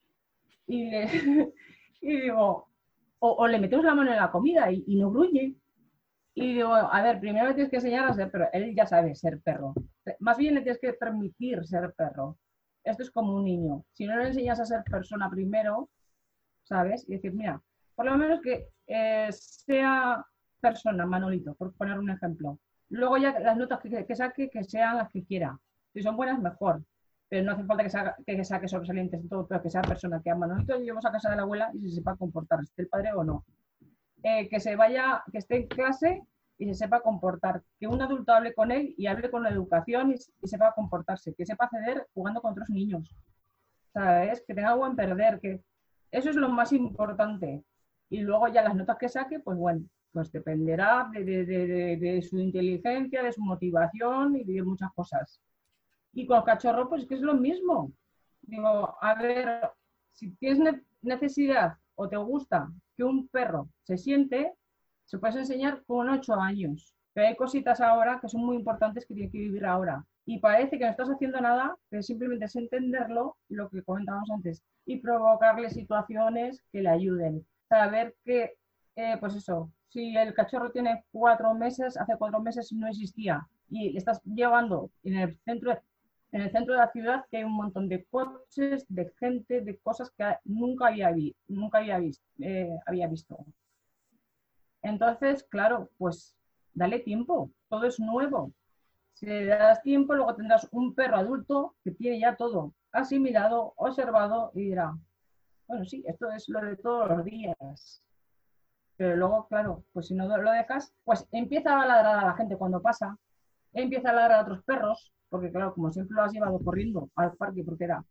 Y, le, y digo, o, o le metemos la mano en la comida y, y no gruñe. Y digo, a ver, primero le tienes que enseñar a ser perro. Él ya sabe ser perro. Más bien le tienes que permitir ser perro. Esto es como un niño. Si no le enseñas a ser persona primero, ¿sabes? Y decir, mira, por lo menos que eh, sea persona, Manolito, por poner un ejemplo. Luego ya las notas que, que saque, que sean las que quiera. Si son buenas, mejor. Pero no hace falta que, saque, que saque sobresalientes en todo, pero que sea persona, que a Manolito lo llevamos a casa de la abuela y se sepa comportar, esté el padre o no. Eh, que se vaya, que esté en clase y se sepa comportar. Que un adulto hable con él y hable con la educación y, y sepa comportarse. Que sepa ceder jugando con otros niños. ¿Sabes? Que tenga buen perder, que eso es lo más importante. Y luego ya las notas que saque, pues bueno, pues dependerá de, de, de, de su inteligencia, de su motivación y de muchas cosas. Y con el cachorro, pues es que es lo mismo. Digo, a ver, si tienes necesidad o te gusta que un perro se siente, se puede enseñar con ocho años. Pero hay cositas ahora que son muy importantes que tiene que vivir ahora. Y parece que no estás haciendo nada, que simplemente es entenderlo, lo que comentábamos antes, y provocarle situaciones que le ayuden. Saber que, eh, pues eso, si el cachorro tiene cuatro meses, hace cuatro meses no existía, y le estás llevando en el centro de, en el centro de la ciudad, que hay un montón de coches, de gente, de cosas que nunca había, vi, nunca había, visto, eh, había visto. Entonces, claro, pues dale tiempo, todo es nuevo. Si le das tiempo, luego tendrás un perro adulto que tiene ya todo asimilado, observado y dirá, bueno, sí, esto es lo de todos los días. Pero luego, claro, pues si no lo dejas, pues empieza a ladrar a la gente cuando pasa, empieza a ladrar a otros perros, porque claro, como siempre lo has llevado corriendo al parque, porque era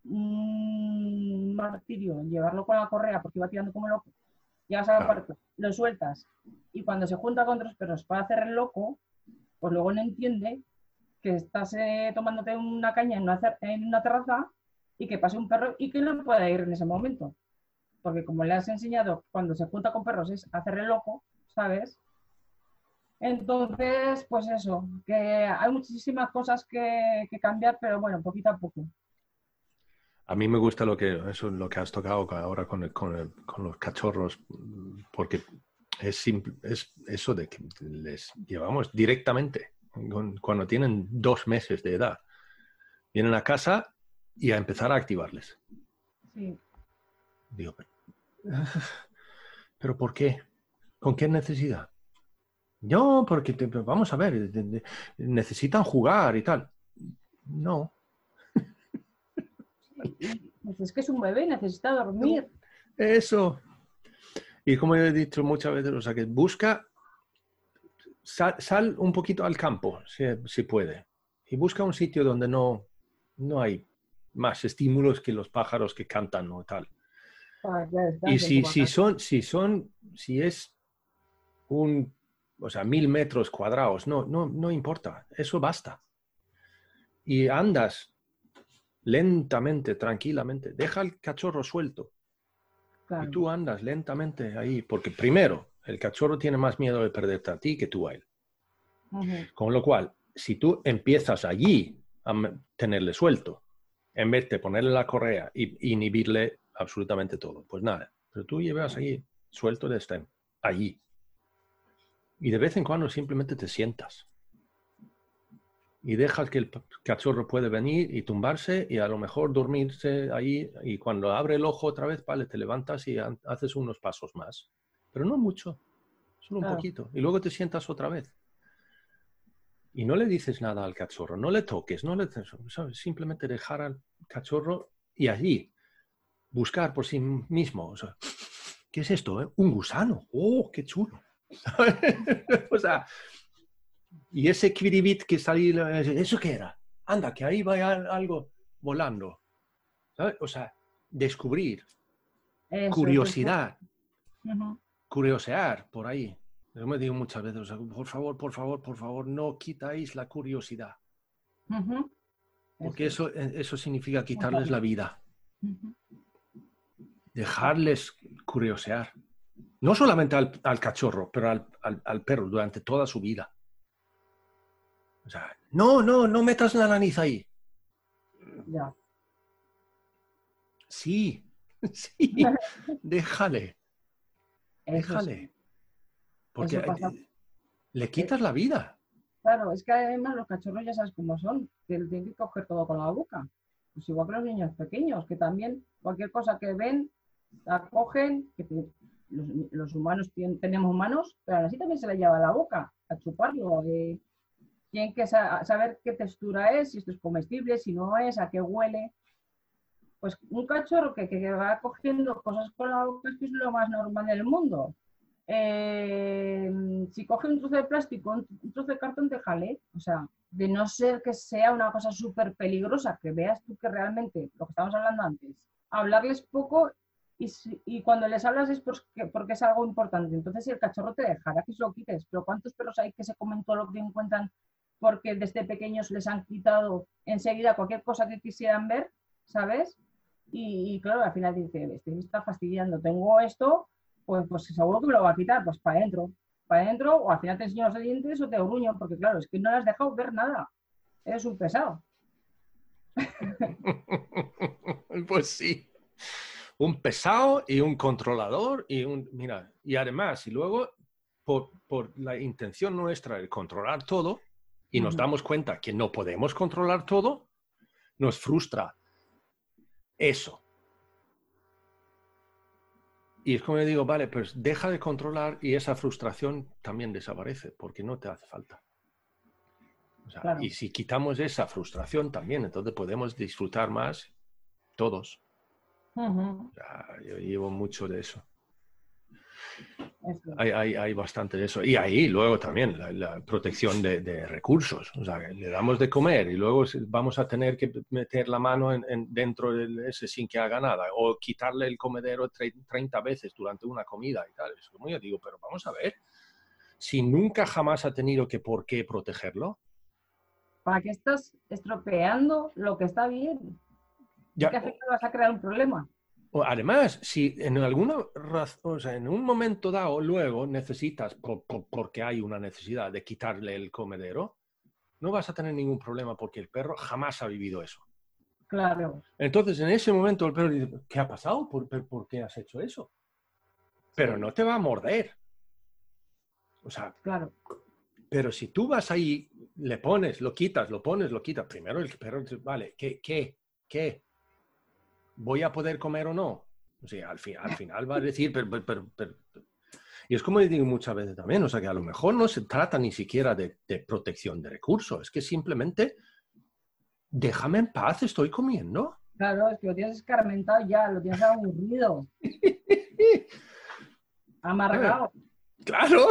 un martirio llevarlo con la correa porque iba tirando como loco, llegas al parque, lo sueltas, y cuando se junta con otros perros para hacer el loco, pues luego no entiende que estás eh, tomándote una caña en una, en una terraza y que pase un perro y que no pueda ir en ese momento. Porque como le has enseñado, cuando se junta con perros es hacer el loco, ¿sabes? Entonces, pues eso, que hay muchísimas cosas que, que cambiar, pero bueno, poquito a poco. A mí me gusta lo que, eso, lo que has tocado ahora con, el, con, el, con los cachorros, porque es, simple, es eso de que les llevamos directamente cuando tienen dos meses de edad. Vienen a casa y a empezar a activarles. Sí. Digo, pero, ¿pero por qué? ¿Con qué necesidad? No, porque te, vamos a ver, de, de, necesitan jugar y tal. No. Sí, pues es que es un bebé, necesita dormir. Eso. Y como he dicho muchas veces, o sea, que busca, sal, sal un poquito al campo, si, si puede, y busca un sitio donde no, no hay más estímulos que los pájaros que cantan o tal. Ah, ya está, y si, si son, si son, si es un o sea, mil metros cuadrados, no, no, no importa, eso basta. Y andas lentamente, tranquilamente, deja el cachorro suelto. Claro. Y tú andas lentamente ahí, porque primero, el cachorro tiene más miedo de perderte a ti que tú a él. Ujú. Con lo cual, si tú empiezas allí a tenerle suelto, en vez de ponerle la correa y inhibirle absolutamente todo, pues nada. Pero tú llevas ahí suelto de estar allí. Y de vez en cuando simplemente te sientas. Y dejas que el cachorro puede venir y tumbarse y a lo mejor dormirse ahí. Y cuando abre el ojo otra vez, vale, te levantas y haces unos pasos más. Pero no mucho, solo un Claro. poquito. Y luego te sientas otra vez. Y no le dices nada al cachorro, no le toques, no le, ¿sabes? Simplemente dejar al cachorro y allí buscar por sí mismo. O sea, ¿qué es esto? Eh? Un gusano. ¡Oh, qué chulo! ¿Sabes? O sea, y ese kiribit que salió, ¿eso qué era? Anda, que ahí va algo volando. ¿Sabes? O sea, descubrir, Eso, curiosidad, eso. Ujú. curiosear por ahí. Yo me digo muchas veces, o sea, por favor, por favor, por favor, no quitáis la curiosidad. Ujú. Porque Eso. eso, eso significa quitarles la vida. Ujú. Dejarles curiosear. No solamente al, al cachorro, pero al, al, al perro durante toda su vida. O sea, no, no, no metas la nariz ahí. Ya. Sí, sí, déjale, Eso déjale. sí. Porque Eso pasa. le quitas la vida. Claro, es que además los cachorros ya sabes cómo son, que tienen que coger todo con la boca. Pues igual que los niños pequeños, que también cualquier cosa que ven, la cogen, que te- los, los humanos tienen- tenemos manos, pero aún así también se la lleva a la boca, a chuparlo. eh. Tienen que sa- saber qué textura es, si esto es comestible, si no es, a qué huele. Pues un cachorro que, que va cogiendo cosas con la boca es que es lo más normal del mundo. Eh, si coge un trozo de plástico, un, un trozo de cartón, déjale. O sea, de no ser que sea una cosa súper peligrosa, que veas tú que realmente, lo que estábamos hablando antes, hablarles poco y, si, y cuando les hablas es porque, porque es algo importante. Entonces, si el cachorro te dejará que se lo quites, pero ¿cuántos perros hay que se comen todo lo que encuentran porque desde pequeños les han quitado enseguida cualquier cosa que quisieran ver, ¿sabes? Y, y claro, al final dice, este me está fastidiando, tengo esto, pues, pues seguro que me lo va a quitar, pues para adentro, para adentro, o al final te enseño los dientes o te gruño, porque claro, es que no le has dejado ver nada, eres un pesado. Pues sí. Un pesado y un controlador y un... Mira, y además, y luego, por, por la intención nuestra de controlar todo, y nos Ujú. damos cuenta que no podemos controlar todo, nos frustra eso. Y es como yo digo, vale, pues deja de controlar y esa frustración también desaparece, porque no te hace falta. O sea, Claro. y si quitamos esa frustración también, entonces podemos disfrutar más todos. Ujú. O sea, yo llevo mucho de eso. Eso. Hay, hay, hay bastante de eso. Y ahí luego también la, la protección de, de recursos. O sea, le damos de comer y luego vamos a tener que meter la mano en, en dentro de ese sin que haga nada. O quitarle el comedero treinta veces durante una comida y tal. Es como yo digo, pero vamos a ver. Si nunca jamás ha tenido que por qué protegerlo. ¿Para qué estás estropeando lo que está bien? Ya, ¿Qué al final vas a crear un problema? o además, si en alguna razón, o sea, en un momento dado luego necesitas, por, por, porque hay una necesidad de quitarle el comedero, no vas a tener ningún problema porque el perro jamás ha vivido eso. Claro. Entonces, en ese momento el perro dice, ¿qué ha pasado? ¿Por, por, por qué has hecho eso? Pero Sí. no te va a morder. O sea, Claro. pero si tú vas ahí, le pones, lo quitas, lo pones, lo quitas, primero el perro dice, vale, ¿qué, qué, qué? ¿Voy a poder comer o no? O sea, al, fin, al final va a decir, pero, pero, pero, pero... Y es como digo muchas veces también, o sea, que a lo mejor no se trata ni siquiera de, de protección de recursos, es que simplemente déjame en paz, estoy comiendo. Claro, es que lo tienes escarmentado ya, lo tienes aburrido, amargado. Claro.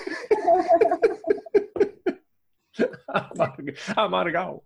Amarg amargado.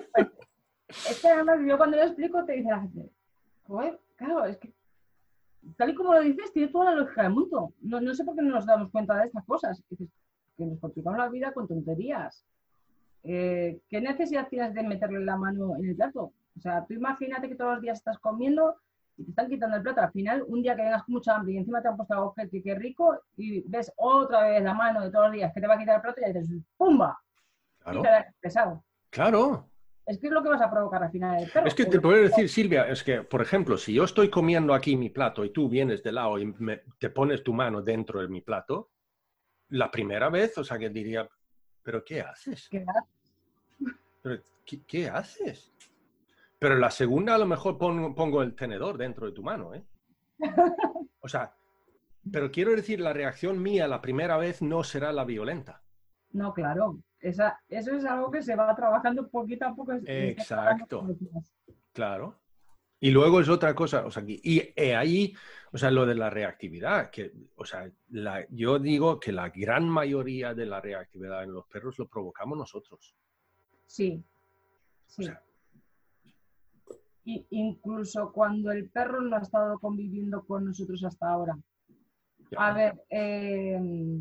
Es que además yo cuando lo explico te dice la gente, joder, claro, es que tal y como lo dices, tiene toda la lógica del mundo. No, no sé por qué no nos damos cuenta de estas cosas. Dices, que nos complicamos la vida con tonterías. Eh, ¿Qué necesidad tienes de meterle la mano en el plato? O sea, tú imagínate que todos los días estás comiendo y te están quitando el plato. Al final, un día que vengas con mucha hambre y encima te han puesto algo que qué rico y ves otra vez la mano de todos los días que te va a quitar el plato y dices, ¡pumba! Claro. Y te das pesado. Claro. Es que es lo que vas a provocar al final del perro. Es que te puedo decir, Silvia, es que, por ejemplo, si yo estoy comiendo aquí mi plato y tú vienes de lado y me, te pones tu mano dentro de mi plato, la primera vez, o sea, que diría, ¿pero qué haces? ¿Qué ¿Pero qué, qué haces? Pero la segunda a lo mejor pongo, pongo el tenedor dentro de tu mano, ¿eh? O sea, pero quiero decir, la reacción mía la primera vez no será la violenta. No, claro. Esa, eso es algo que se va trabajando poquito a poco. Exacto. Claro. Y luego es otra cosa, o sea, y, y ahí, o sea, lo de la reactividad, que, o sea, la, yo digo que la gran mayoría de la reactividad en los perros lo provocamos nosotros. Sí, sí. O sea, y incluso cuando el perro no ha estado conviviendo con nosotros hasta ahora. Ya. A ver, eh,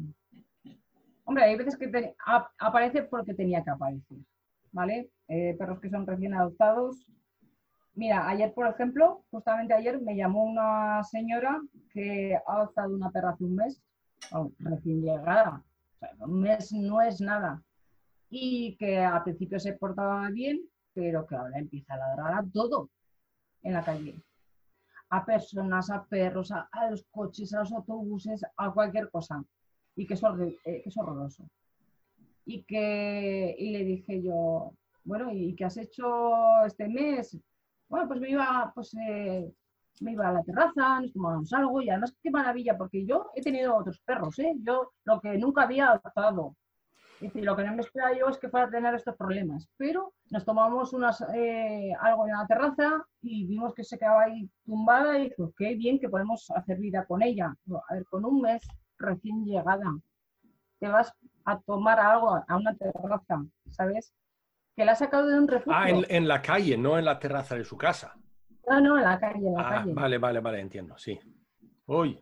hombre, hay veces que te, a, aparece porque tenía que aparecer, ¿vale? Eh, perros que son recién adoptados. Mira, ayer, por ejemplo, justamente ayer me llamó una señora que ha adoptado una perra hace un mes, oh, recién llegada. O sea, un mes no es nada. Y que al principio se portaba bien, pero que ahora empieza a ladrar a todo en la calle. A personas, a perros, a, a los coches, a los autobuses, a cualquier cosa. Y que es, horror, eh, que es horroroso. Y que y le dije yo, bueno, ¿y qué has hecho este mes? Bueno, pues me iba, pues, eh, me iba a la terraza, nos tomábamos algo y además qué maravilla, porque yo he tenido otros perros, ¿eh? Yo lo que nunca había adoptado. Es decir, lo que no me esperaba yo es que fuera a tener estos problemas, pero nos tomamos unas, eh, algo en la terraza y vimos que se quedaba ahí tumbada y dijo, qué bien que podemos hacer vida con ella. A ver, con un mes recién llegada, te vas a tomar algo a una terraza, ¿sabes? Que la ha sacado de un refugio. Ah, en, en la calle, no en la terraza de su casa. No, no, en la calle, en la ah, calle. Vale, vale, vale, entiendo, sí. Uy.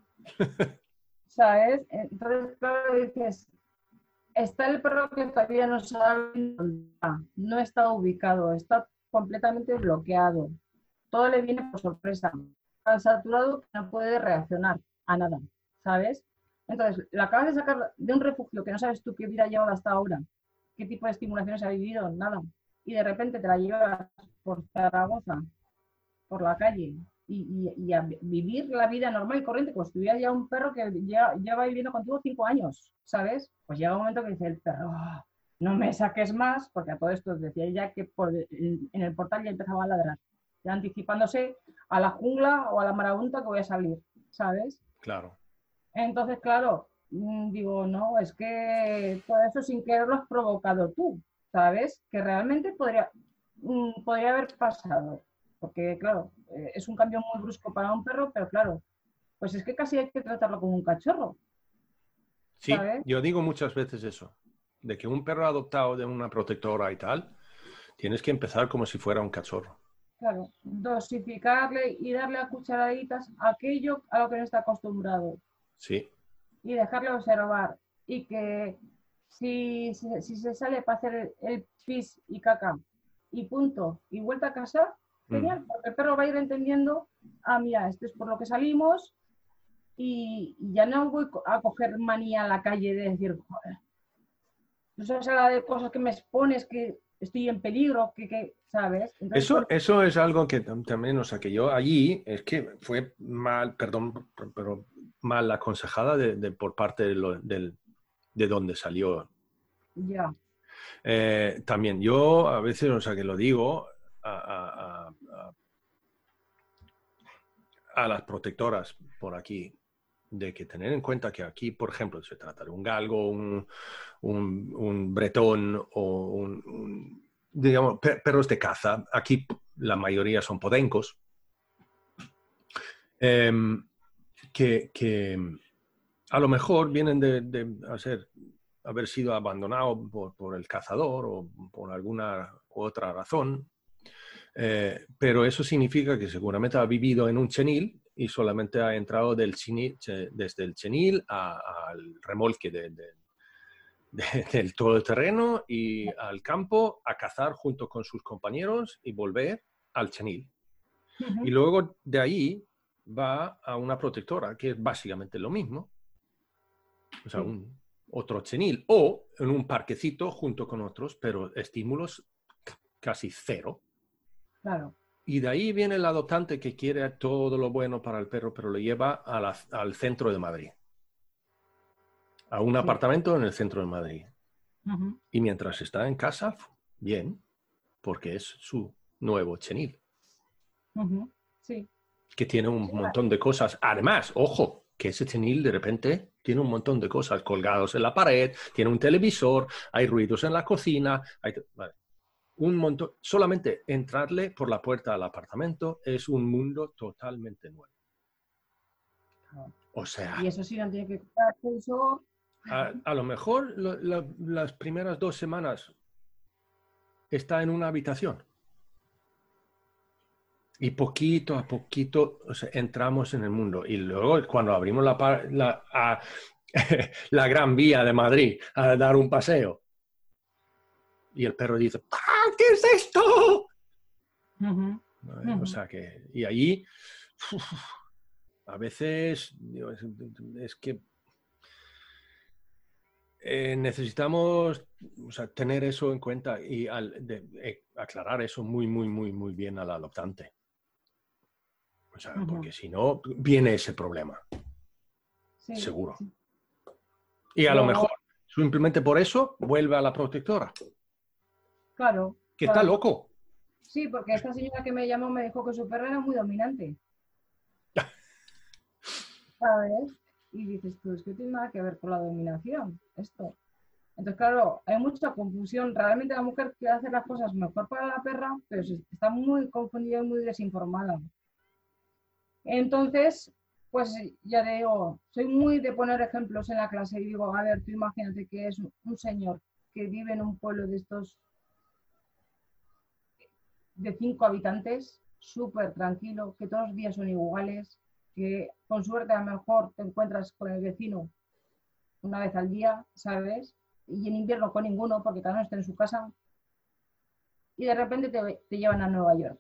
¿Sabes? Entonces, claro, dices, está el perro que todavía no sabe dónde está, no está ubicado, está completamente bloqueado. Todo le viene por sorpresa. Tan saturado que no puede reaccionar a nada, ¿sabes? Entonces, la acabas de sacar de un refugio que no sabes tú qué vida ha llevado hasta ahora, qué tipo de estimulaciones ha vivido, nada. Y de repente te la llevas por Zaragoza, por la calle, y, y, y a vivir la vida normal y corriente, como si tuviera ya un perro que ya, ya va viviendo contigo cinco años, ¿sabes? Pues llega un momento que dice el perro, oh, no me saques más, porque a todo esto decía ya que por, en, en el portal ya empezaba a ladrar, ya anticipándose a la jungla o a la marabunta que voy a salir, ¿sabes? Claro. Entonces, claro, digo, no, es que todo eso sin querer lo has provocado tú, ¿sabes? Que realmente podría, podría haber pasado. Porque, claro, es un cambio muy brusco para un perro, pero claro, pues es que casi hay que tratarlo como un cachorro. Sí, ¿sabes? Yo digo muchas veces eso, de que un perro adoptado de una protectora y tal, tienes que empezar como si fuera un cachorro. Claro, dosificarle y darle a cucharaditas aquello a lo que no está acostumbrado. Sí. Y dejarle observar. Y que si, si, si se sale para hacer el, el pis y caca y punto, y vuelta a casa, genial, porque el perro va a ir entendiendo, ah, mira, esto es por lo que salimos y, y ya no voy a coger manía a la calle de decir, joder, tú sabes la de cosas que me expones, que estoy en peligro, que, que ¿sabes? Entonces, eso, pues, eso es algo que también, o sea, que yo allí, es que fue mal, perdón, pero mal aconsejada de, de, por parte de, lo, de, de donde salió. Ya. Eh, también yo a veces, o sea, que lo digo, A, a, a, a las protectoras por aquí, de que tener en cuenta que aquí, por ejemplo, se trata de un galgo, un, un, un bretón o un, un, digamos, per, perros de caza. Aquí la mayoría son podencos. Eh, que, que a lo mejor vienen de, de hacer, haber sido abandonados por, por el cazador o por alguna u otra razón. Eh, pero eso significa que seguramente ha vivido en un chenil y solamente ha entrado del chenil, desde el chenil al remolque de, de, de, del todoterreno y al campo a cazar junto con sus compañeros y volver al chenil. Ujú. Y luego de ahí va a una protectora, que es básicamente lo mismo. O sea, Sí. un, otro chenil. O en un parquecito junto con otros, pero estímulos casi cero. Claro. Y de ahí viene el adoptante que quiere todo lo bueno para el perro, pero lo lleva a la, al centro de Madrid. A un Sí. apartamento en el centro de Madrid. Ujú. Y mientras está en casa, bien, porque es su nuevo chenil. Ujú. Sí. Que tiene un montón de cosas. Además, ojo, que ese chenil de repente tiene un montón de cosas colgados en la pared, tiene un televisor, hay ruidos en la cocina, hay... Vale. Un montón. Solamente entrarle por la puerta al apartamento es un mundo totalmente nuevo. Claro. O sea, Y eso sí, no tiene que quitar eso. a, a lo mejor lo, lo, las primeras dos semanas está en una habitación. Y poquito a poquito, o sea, entramos en el mundo. Y luego cuando abrimos la, la, a, la Gran Vía de Madrid a dar un paseo, y el perro dice, ¡ah, qué es esto! Ujú. ¿Vale? O sea que, y ahí, uf, a veces, digo, es, es que eh, necesitamos, o sea, tener eso en cuenta y al, de, eh, aclarar eso muy, muy, muy, muy bien al adoptante. O sea, Ujú. porque si no, viene ese problema, Sí, seguro. sí. Y a lo Luego, mejor, simplemente por eso, vuelve a la protectora. claro, Que claro, está porque- loco. sí, porque esta señora que me llamó me dijo que su perro era muy dominante. ¿Sabes? Y dices tú, es que tiene nada que ver con la dominación, esto. Entonces, claro, hay mucha confusión. Realmente la mujer quiere hacer las cosas mejor para la perra, pero se- está muy confundida y muy desinformada. Entonces, pues ya te digo, soy muy de poner ejemplos en la clase y digo, a ver, tú imagínate que es un señor que vive en un pueblo de estos de cinco habitantes, súper tranquilo, que todos los días son iguales, que con suerte a lo mejor te encuentras con el vecino una vez al día, ¿sabes? Y en invierno con ninguno, porque cada uno está en su casa, y de repente te, te llevan a Nueva York.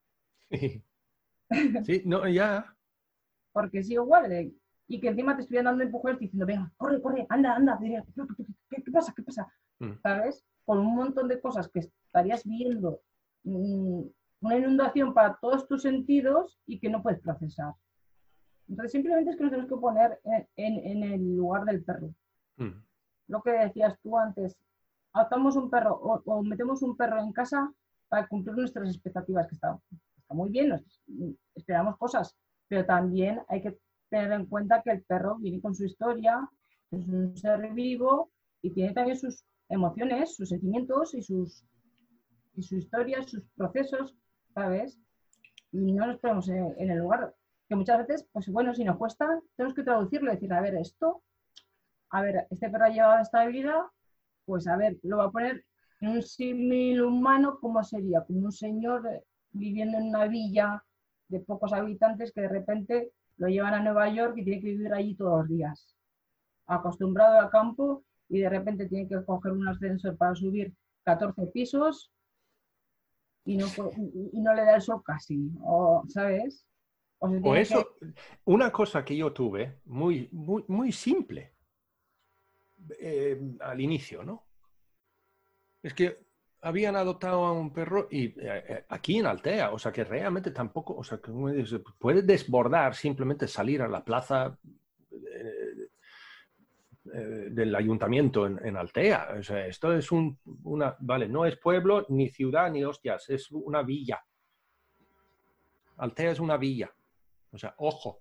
Sí, no, ya. Porque es igual, de, y que encima te estuvieran dando empujones diciendo, venga, corre, corre, anda, anda, diría, ¿qué, qué pasa? ¿Qué pasa? Mm. ¿Sabes? Con un montón de cosas que estarías viendo, mmm, una inundación para todos tus sentidos y que no puedes procesar. Entonces simplemente es que nos tenemos que poner en, en, en el lugar del perro. Mm. Lo que decías tú antes, adoptamos un perro o, o metemos un perro en casa para cumplir nuestras expectativas, que está, está muy bien, nos, esperamos cosas, pero también hay que tener en cuenta que el perro viene con su historia, es un ser vivo y tiene también sus emociones, sus sentimientos y sus y su historia, sus procesos, ¿sabes? Y no nos ponemos en, en el lugar, que muchas veces, pues bueno, si nos cuesta, tenemos que traducirlo y decir, a ver, esto, a ver, este perro ha llevado esta vida, pues a ver, lo va a poner en un símil humano, ¿cómo sería? Como un señor viviendo en una villa de pocos habitantes que de repente lo llevan a Nueva York y tiene que vivir allí todos los días, acostumbrado al campo y de repente tiene que coger un ascensor para subir catorce pisos y no, puede, y no le da el sol casi, o, ¿sabes? O, se O tiene eso, que... una cosa que yo tuve muy, muy, muy simple eh, al inicio, ¿no? Es que habían adoptado a un perro y eh, aquí en Altea, o sea que realmente tampoco, o sea que puede desbordar simplemente salir a la plaza eh, eh, del ayuntamiento en, en Altea. O sea, esto es un, una, vale, no es pueblo, ni ciudad, ni hostias, es una villa. Altea es una villa. O sea, ojo.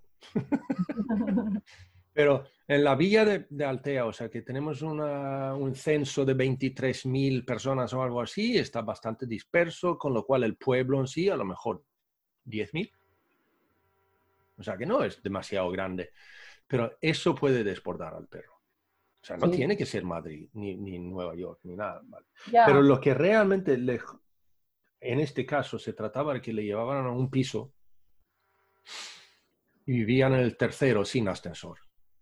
Pero en la villa de, de Altea, o sea que tenemos una, un censo de veintitrés mil personas o algo así, está bastante disperso, con lo cual el pueblo en sí a lo mejor diez mil. O sea que no es demasiado grande. Pero eso puede desbordar al perro. O sea, no Sí. tiene que ser Madrid, ni, ni Nueva York, ni nada. ¿Vale? Ya. Pero lo que realmente, le, en este caso, se trataba de que le llevaban a un piso y vivían en el tercero sin ascensor.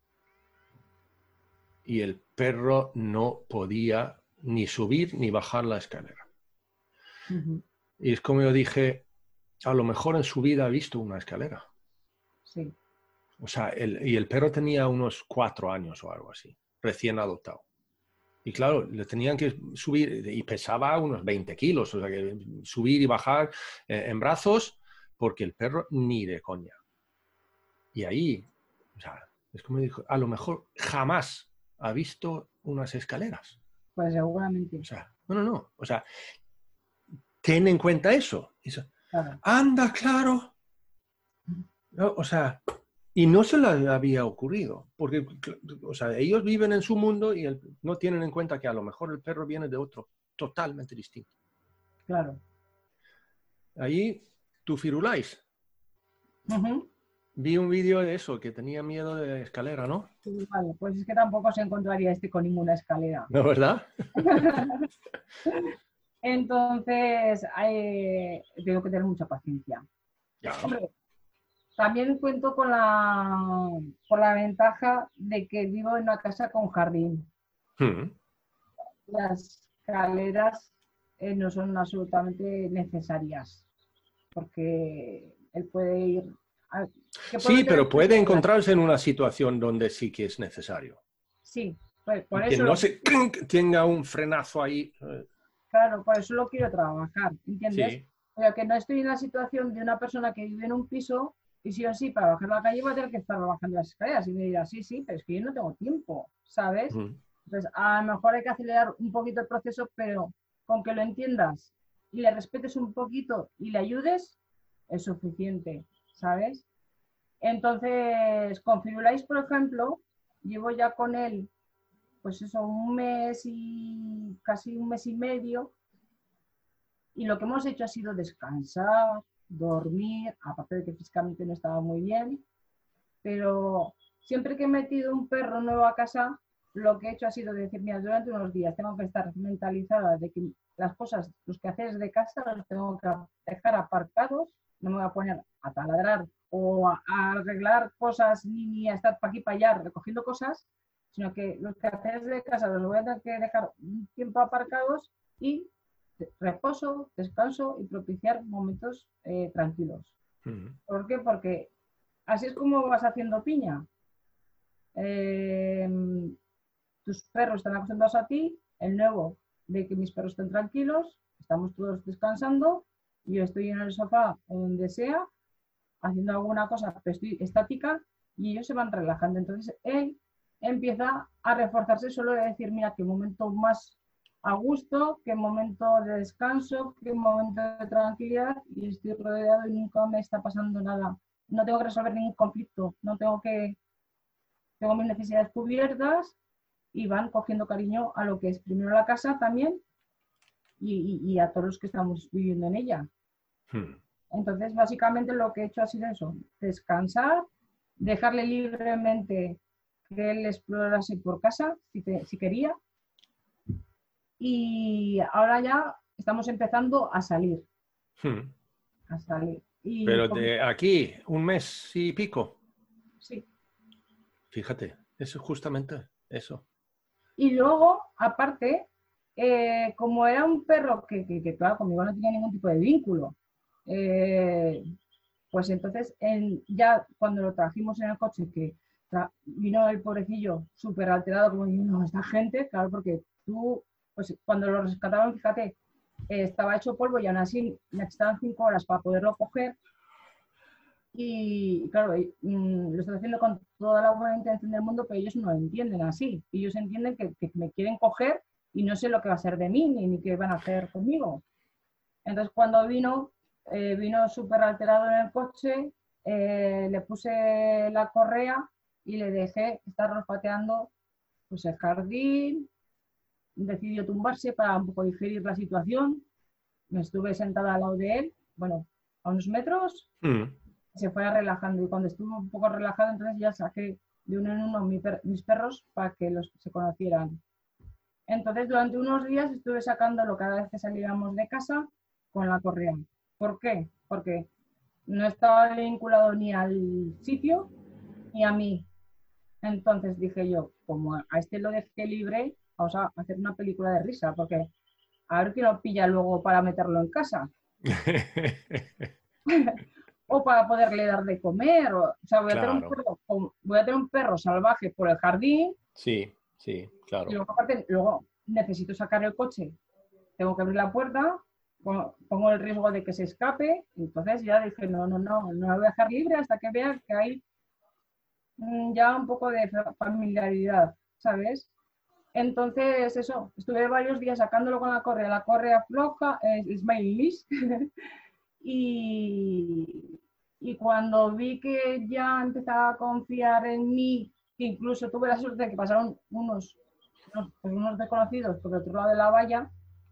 Y el perro no podía ni subir ni bajar la escalera. Ujú. Y es como yo dije, a lo mejor en su vida ha visto una escalera. Sí. O sea, el, y el perro tenía unos cuatro años o algo así, recién adoptado. Y claro, le tenían que subir, y pesaba unos veinte kilos, o sea, que subir y bajar eh, en brazos, porque el perro ni de coña. Y ahí, o sea, es como dijo, a lo mejor jamás ha visto unas escaleras. Pues seguramente. O sea, no, no, no. O sea, ten en cuenta eso. eso Claro. Anda, claro. No, o sea, y no se le había ocurrido, porque, o sea, ellos viven en su mundo y el, no tienen en cuenta que a lo mejor el perro viene de otro totalmente distinto. Claro. Ahí, tu Firulais. Ujú. Vi un vídeo de eso, que tenía miedo de escalera, ¿no? Sí, vale, pues es que tampoco se encontraría este con ninguna escalera. ¿No, verdad? Entonces, eh, tengo que tener mucha paciencia. Ya. Hombre, también cuento con la, con la ventaja de que vivo en una casa con jardín. Hmm. Las escaleras eh, no son absolutamente necesarias, porque él puede ir... A, que Sí, pero puede tener- encontrarse en una situación donde sí que es necesario. Sí, pues por Y que eso no lo, se tenga un frenazo ahí. claro, por eso lo quiero trabajar, ¿entiendes? Sí. O sea, que no estoy en la situación de una persona que vive en un piso y sí o sí, para bajar la calle va a tener que estar bajando las escaleras. Y me dirá, sí, sí, pero es que yo no tengo tiempo, ¿sabes? Hmm. Entonces, a lo mejor hay que acelerar un poquito el proceso, pero con que lo entiendas y le respetes un poquito y le ayudes, es suficiente, ¿sabes? Entonces, con Firulais, por ejemplo, llevo ya con él, pues eso, un mes y casi un mes y medio, y lo que hemos hecho ha sido descansar, dormir, aparte de que físicamente no estaba muy bien, pero siempre que he metido un perro nuevo a casa, lo que he hecho ha sido decir, mira, durante unos días tengo que estar mentalizada de que las cosas, los quehaceres de casa los tengo que dejar aparcados, no me voy a poner a taladrar o a, a arreglar cosas ni, ni a estar para aquí para allá recogiendo cosas, sino que los quehaceres de casa los voy a tener que dejar un tiempo aparcados y reposo, descanso y propiciar momentos eh, tranquilos. Hmm. ¿Por qué? Porque así es como vas haciendo piña. Eh, tus perros están acostumbrados a ti, el nuevo ve que mis perros están tranquilos, estamos todos descansando, yo estoy en el sofá o donde sea, haciendo alguna cosa, pero estoy estática y ellos se van relajando. Entonces él empieza a reforzarse solo de decir, mira, qué momento más a gusto, qué momento de descanso, qué momento de tranquilidad y estoy rodeado y nunca me está pasando nada. No tengo que resolver ningún conflicto, no tengo que... Tengo mis necesidades cubiertas y van cogiendo cariño a lo que es primero la casa también y, y, y a todos los que estamos viviendo en ella. Hmm. Entonces, básicamente lo que he hecho ha sido eso, descansar, dejarle libremente que él explorase por casa si, te, si quería y ahora ya estamos empezando a salir, Hmm. a salir. Y Pero con... de aquí, un mes y pico. Sí. Fíjate, eso es justamente eso. Y luego, aparte, eh, como era un perro que, que, que, claro, conmigo no tenía ningún tipo de vínculo, eh, pues entonces en, ya cuando lo trajimos en el coche, que vino el pobrecillo súper alterado, como diciendo, esta gente, claro, porque tú, pues cuando lo rescataban, fíjate, eh, estaba hecho polvo y aún así necesitaban cinco horas para poderlo coger. Y claro, mmm, lo estoy haciendo con toda la buena intención del mundo, pero ellos no lo entienden así. Ellos entienden que, que me quieren coger y no sé lo que va a ser de mí ni, ni qué van a hacer conmigo. Entonces cuando vino, eh, vino súper alterado en el coche, eh, le puse la correa y le dejé estar olfateando pues, el jardín, decidió tumbarse para un poco digerir la situación, me estuve sentada al lado de él, bueno, a unos metros, mm. se fue relajando y cuando estuvo un poco relajado entonces ya saqué de uno en uno mi per mis perros para que los se conocieran. Entonces durante unos días estuve sacándolo cada vez que salíamos de casa con la correa. ¿Por qué? Porque no estaba vinculado ni al sitio ni a mí. Entonces dije yo, como a este lo dejé libre, vamos a hacer una película de risa, porque a ver quién lo pilla luego para meterlo en casa. O para poderle dar de comer. O, o sea, voy, claro. a tener un perro, voy a tener un perro salvaje por el jardín. Sí, sí, claro. Y luego, aparte, luego necesito sacar el coche. Tengo que abrir la puerta, pongo el riesgo de que se escape. Entonces ya dije, no, no, no, no la voy a dejar libre hasta que vea que hay ya un poco de familiaridad, ¿sabes? Entonces, eso, estuve varios días sacándolo con la correa, la correa floja, eh, Smiley List, y, y cuando vi que ya empezaba a confiar en mí, que incluso tuve la suerte de que pasaron unos, unos, pues unos desconocidos por el otro lado de la valla,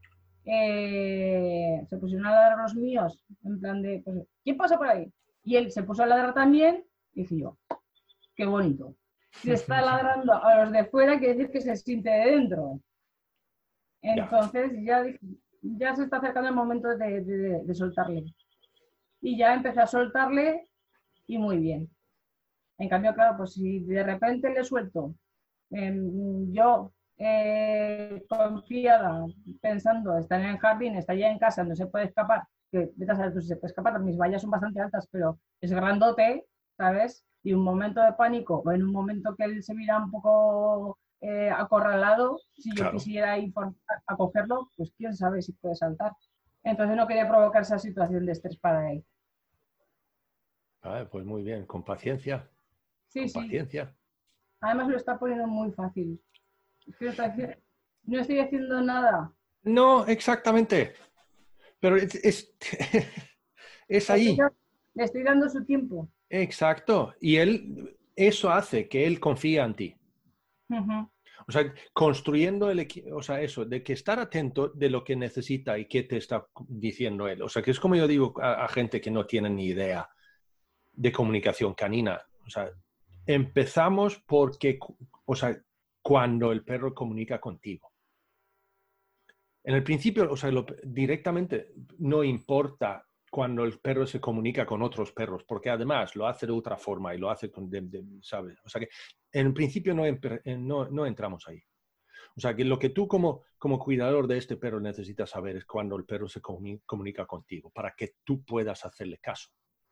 eh, se pusieron a ladrar los míos, en plan de, pues, ¿quién pasa por ahí? Y él se puso a ladrar también, y dije yo, qué bonito. Si está ladrando a los de fuera, quiere decir que se siente de dentro. Entonces ya, ya se está acercando el momento de, de, de soltarle. Y ya empecé a soltarle y muy bien. En cambio, claro, pues si de repente le suelto, eh, yo eh, confiada, pensando, está en el jardín, está ya en casa, no se puede escapar, que vete a saber tú si se puede escapar, mis vallas son bastante altas, pero es grandote, ¿sabes? Y un momento de pánico, o en un momento que él se mira un poco eh, acorralado, si yo claro. quisiera ir a cogerlo, pues quién sabe si puede saltar. Entonces no quería provocar esa situación de estrés para él. Ah, pues muy bien, con paciencia. Sí, con sí. paciencia. Además lo está poniendo muy fácil. No estoy haciendo nada. No, exactamente. Pero es, es, es ahí. Le estoy dando su tiempo. Exacto. Y él, eso hace que él confíe en ti. Uh-huh. O sea, construyendo el equipo, o sea, eso, de que estar atento de lo que necesita y qué te está diciendo él. O sea, que es como yo digo a, a gente que no tiene ni idea de comunicación canina. O sea, empezamos porque, o sea, cuando el perro comunica contigo. En el principio, o sea, lo, directamente no importa cuando el perro se comunica con otros perros, porque además lo hace de otra forma y lo hace con, de, de, ¿sabes? O sea que en principio no, no, no entramos ahí. O sea que lo que tú como, como cuidador de este perro necesitas saber es cuando el perro se comunica contigo, para que tú puedas hacerle caso.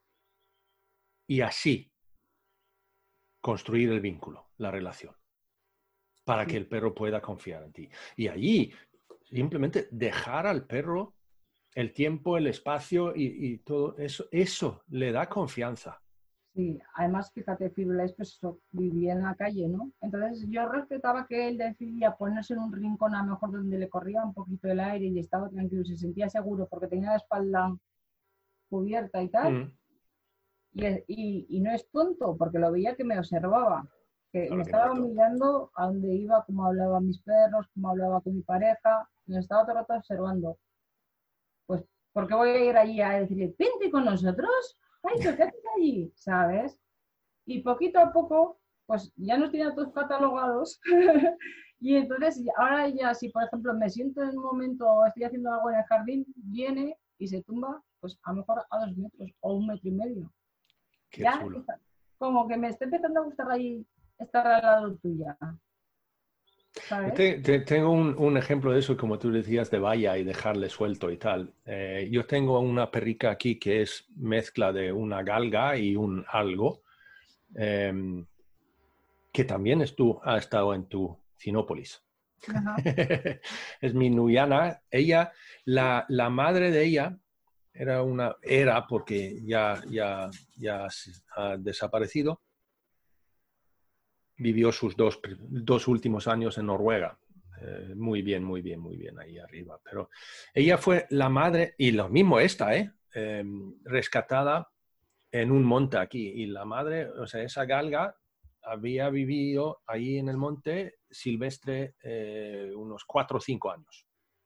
Y así construir el vínculo, la relación, para que el perro pueda confiar en ti. Y allí simplemente dejar al perro el tiempo, el espacio y, y todo eso, eso le da confianza. Sí, además, fíjate, Firulais, pues eso, vivía en la calle, ¿no? Entonces yo respetaba que él decidía ponerse en un rincón a lo mejor donde le corría un poquito el aire y estaba tranquilo, se sentía seguro porque tenía la espalda cubierta y tal. Mm. Y, y, y no es tonto, porque lo veía que me observaba, que claro me que estaba no mirando a dónde iba, cómo hablaba a mis perros, cómo hablaba con mi pareja, me estaba todo el rato observando. Pues, ¿por qué voy a ir allí a decirle, vente con nosotros? Ay, ¿qué haces allí? ¿Sabes? Y poquito a poco, pues ya nos tienen todos catalogados. Y entonces, ahora ya, si por ejemplo me siento en un momento o estoy haciendo algo en el jardín, viene y se tumba, pues a lo mejor a dos metros o un metro y medio. Qué ya, chulo. Como que me está empezando a gustar ahí estar al lado tuya. ¿Sabes? Te, te, tengo un, un ejemplo de eso, como tú decías, de valla y dejarle suelto y tal. Eh, yo tengo una perrica aquí que es mezcla de una galga y un algo, eh, que también estu, ha estado en tu Cinópolis. Es mi Nuyana. Ella, la, la madre de ella era una, era porque ya, ya, ya ha desaparecido. Vivió sus dos, dos últimos años en Noruega. Eh, muy bien, muy bien, muy bien ahí arriba. Pero ella fue la madre, y lo mismo esta, ¿eh? Eh, rescatada en un monte aquí. Y la madre, o sea, esa galga había vivido ahí en el monte silvestre eh, unos cuatro o cinco años.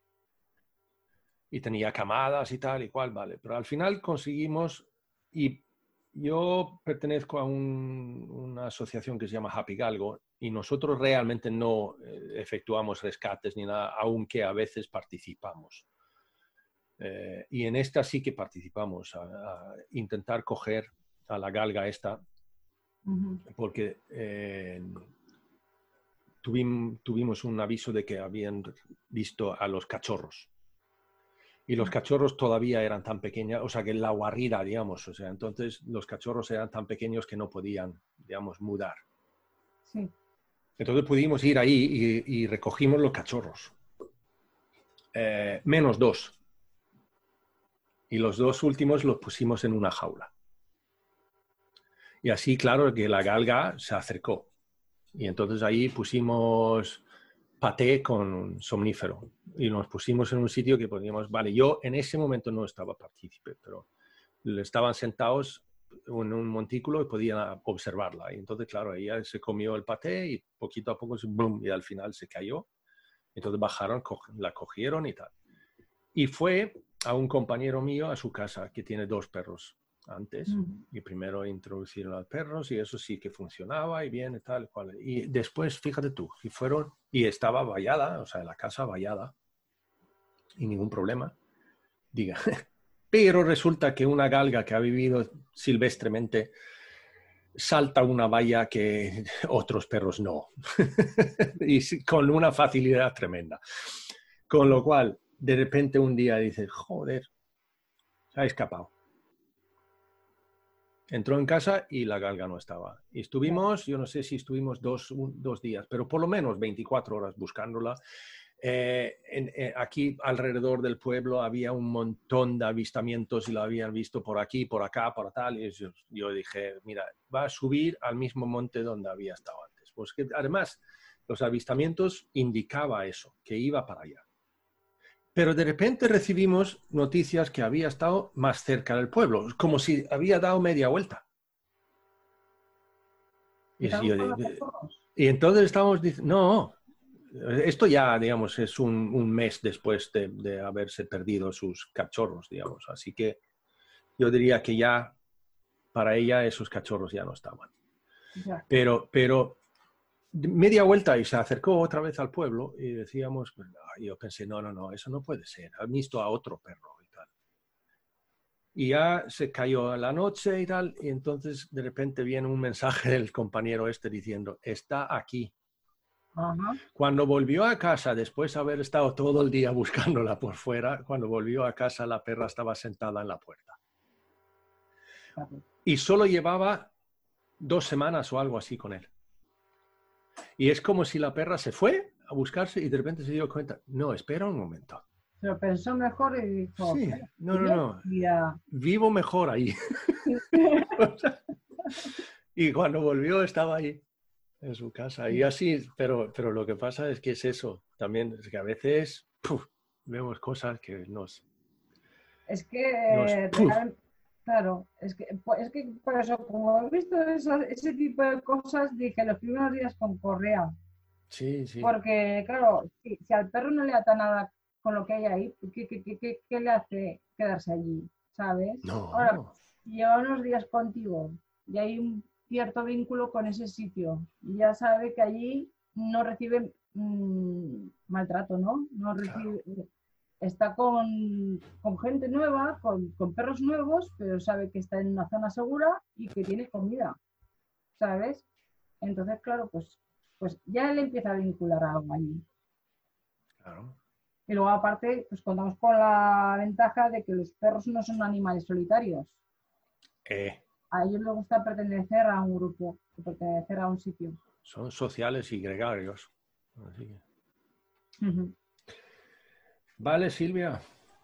Y tenía camadas y tal y cual, vale. Pero al final conseguimos, y yo pertenezco a un, una asociación que se llama Happy Galgo y nosotros realmente no eh, efectuamos rescates ni nada, aunque a veces participamos. Eh, y en esta sí que participamos, a, a intentar coger a la galga esta, uh-huh. porque eh, tuvim, tuvimos un aviso de que habían visto a los cachorros. Y los cachorros todavía eran tan pequeños, o sea, que la guarrida, digamos, o sea, entonces los cachorros eran tan pequeños que no podían, digamos, mudar. Sí. Entonces pudimos ir ahí y, y recogimos los cachorros. Eh, menos dos. Y los dos últimos los pusimos en una jaula. Y así, claro, que la galga se acercó. Y entonces ahí pusimos paté con somnífero. Y nos pusimos en un sitio que podíamos... Vale, yo en ese momento no estaba partícipe, pero estaban sentados en un montículo y podían observarla. Y entonces, claro, ella se comió el paté y poquito a poco, boom, y al final se cayó. Entonces bajaron, la cogieron y tal. Y fue a un compañero mío a su casa que tiene dos perros antes. Uh-huh. Y primero introducieron a los perros y eso sí que funcionaba y bien y tal cual. Y después, fíjate tú, y fueron y estaba vallada, o sea, la casa vallada y ningún problema. Diga, pero resulta que una galga que ha vivido silvestremente salta una valla que otros perros no. Y con una facilidad tremenda. Con lo cual, de repente un día dices, joder, se ha escapado. Entró en casa y la galga no estaba. Y estuvimos, yo no sé si estuvimos dos, un, dos días, pero por lo menos veinticuatro horas buscándola. Eh, en, eh, aquí alrededor del pueblo había un montón de avistamientos y lo habían visto por aquí, por acá, por tal. Y yo, yo dije, mira, va a subir al mismo monte donde había estado antes. Pues que, además, los avistamientos indicaba eso, que iba para allá. Pero de repente recibimos noticias que había estado más cerca del pueblo, como si había dado media vuelta. Y, y, y entonces estábamos diciendo, no, esto ya, digamos, es un, un mes después de, de haberse perdido sus cachorros, digamos. Así que yo diría que ya, para ella, esos cachorros ya no estaban. Ya. Pero, pero media vuelta y se acercó otra vez al pueblo y decíamos, pues, yo pensé, no, no, no, eso no puede ser. Han visto a otro perro y tal. Y ya se cayó la noche y tal, y entonces de repente viene un mensaje del compañero este diciendo, está aquí. Uh-huh. Cuando volvió a casa, después de haber estado todo el día buscándola por fuera, cuando volvió a casa la perra estaba sentada en la puerta. Uh-huh. Y solo llevaba dos semanas o algo así con él. Y es como si la perra se fue a buscarse y de repente se dio cuenta, no, espera un momento. Pero pensó mejor y dijo, sí, no, no, no, ya. Vivo mejor ahí. Y cuando volvió estaba ahí, en su casa. Y así, pero, pero lo que pasa es que es eso, también es que a veces puf, vemos cosas que nos... Es que, nos, claro, es que, es que por eso, como he visto eso, ese tipo de cosas, dije los primeros días con Correa. Sí, sí. Porque, claro, si, si al perro no le ata nada con lo que hay ahí, ¿qué, qué, qué, qué le hace quedarse allí? ¿Sabes? No. Ahora, lleva unos días contigo y hay un cierto vínculo con ese sitio. Y ya sabe que allí no recibe mmm, maltrato, ¿no? No recibe... Claro. Está con, con gente nueva, con, con perros nuevos, pero sabe que está en una zona segura y que tiene comida, ¿sabes? Entonces, claro, pues, pues ya le empieza a vincular algo allí. Claro. Y luego, aparte, pues contamos con la ventaja de que los perros no son animales solitarios. Eh. A ellos les gusta pertenecer a un grupo, pertenecer a un sitio. Son sociales y gregarios. Así que... Uh-huh. Vale, Silvia.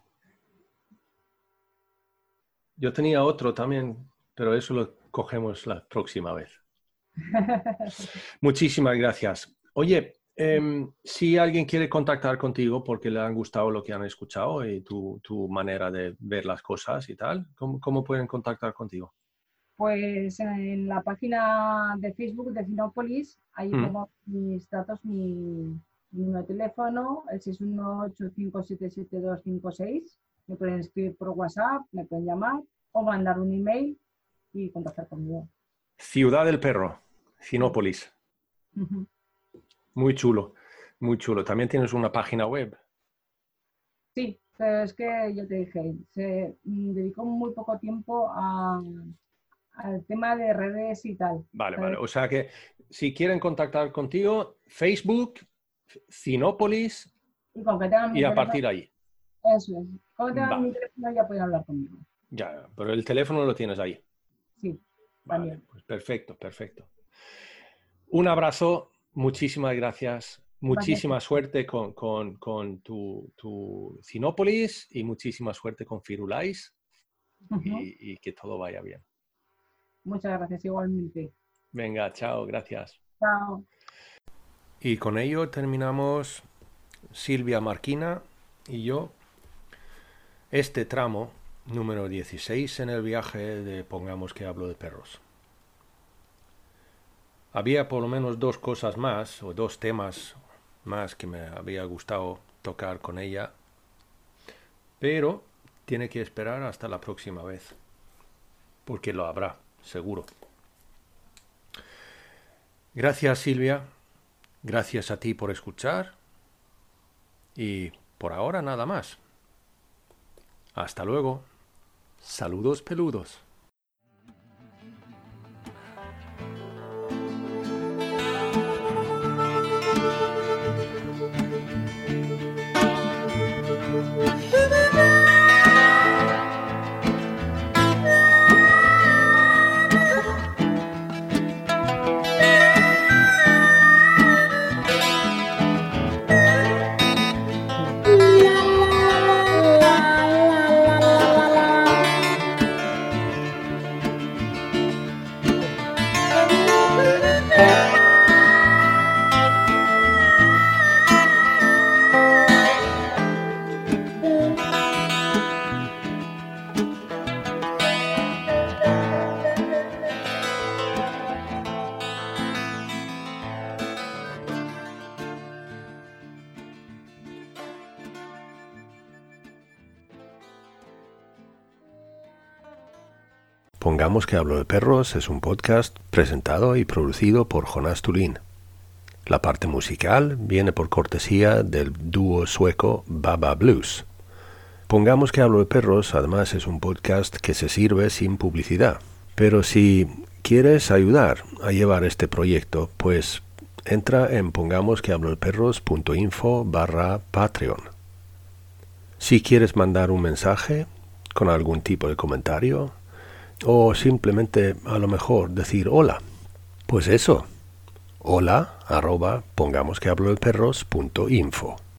Yo tenía otro también, pero eso lo cogemos la próxima vez. Muchísimas gracias. Oye, eh, si alguien quiere contactar contigo porque le han gustado lo que han escuchado y tu, tu manera de ver las cosas y tal, ¿cómo, cómo pueden contactar contigo? Pues en la página de Facebook de Cinópolis, ahí mm. tengo mis datos, mi... mi número de teléfono, el seis uno ocho, cinco siete siete, dos cinco seis. Me pueden escribir por WhatsApp, me pueden llamar o mandar un email y contactar conmigo. Ciudad del Perro, Cinópolis. Uh-huh. Muy chulo, muy chulo. ¿También tienes una página web? Sí, Pero es que, ya te dije, se mm, dedicó muy poco tiempo a, al tema de redes y tal. Vale, Pero- vale. O sea que si quieren contactar contigo, Facebook, Cinópolis Y con que tengan mi y a teléfono, partir de ahí. eso es. Con que tengan mi Vale. teléfono ya pueden hablar conmigo. Ya, pero el teléfono lo tienes ahí. Sí, Vale, también. pues perfecto, perfecto. Un abrazo, muchísimas gracias. Muchísima suerte con, con, con tu, tu Cinópolis y muchísima suerte con Firulais Ujú. y, y que todo vaya bien. Muchas gracias, igualmente. Venga, chao, gracias. Chao. Y con ello terminamos Silvia Marquina y yo este tramo número dieciséis en el viaje de Pongamos que hablo de perros. Había por lo menos dos cosas más o dos temas más que me había gustado tocar con ella, pero tiene que esperar hasta la próxima vez, porque lo habrá, seguro. Gracias, Silvia. Gracias a ti por escuchar. Y por ahora nada más. Hasta luego. Saludos peludos. Pongamos que hablo de perros es un podcast presentado y producido por Jonas Tulin. La parte musical viene por cortesía del dúo sueco Baba Blues. Pongamos que hablo de perros además es un podcast que se sirve sin publicidad. Pero si quieres ayudar a llevar este proyecto, pues entra en pongamosquehablodeperros.info barra Patreon. Si quieres mandar un mensaje con algún tipo de comentario, o simplemente a lo mejor decir hola. Pues eso. Hola arroba pongamosquehablodeperros.info.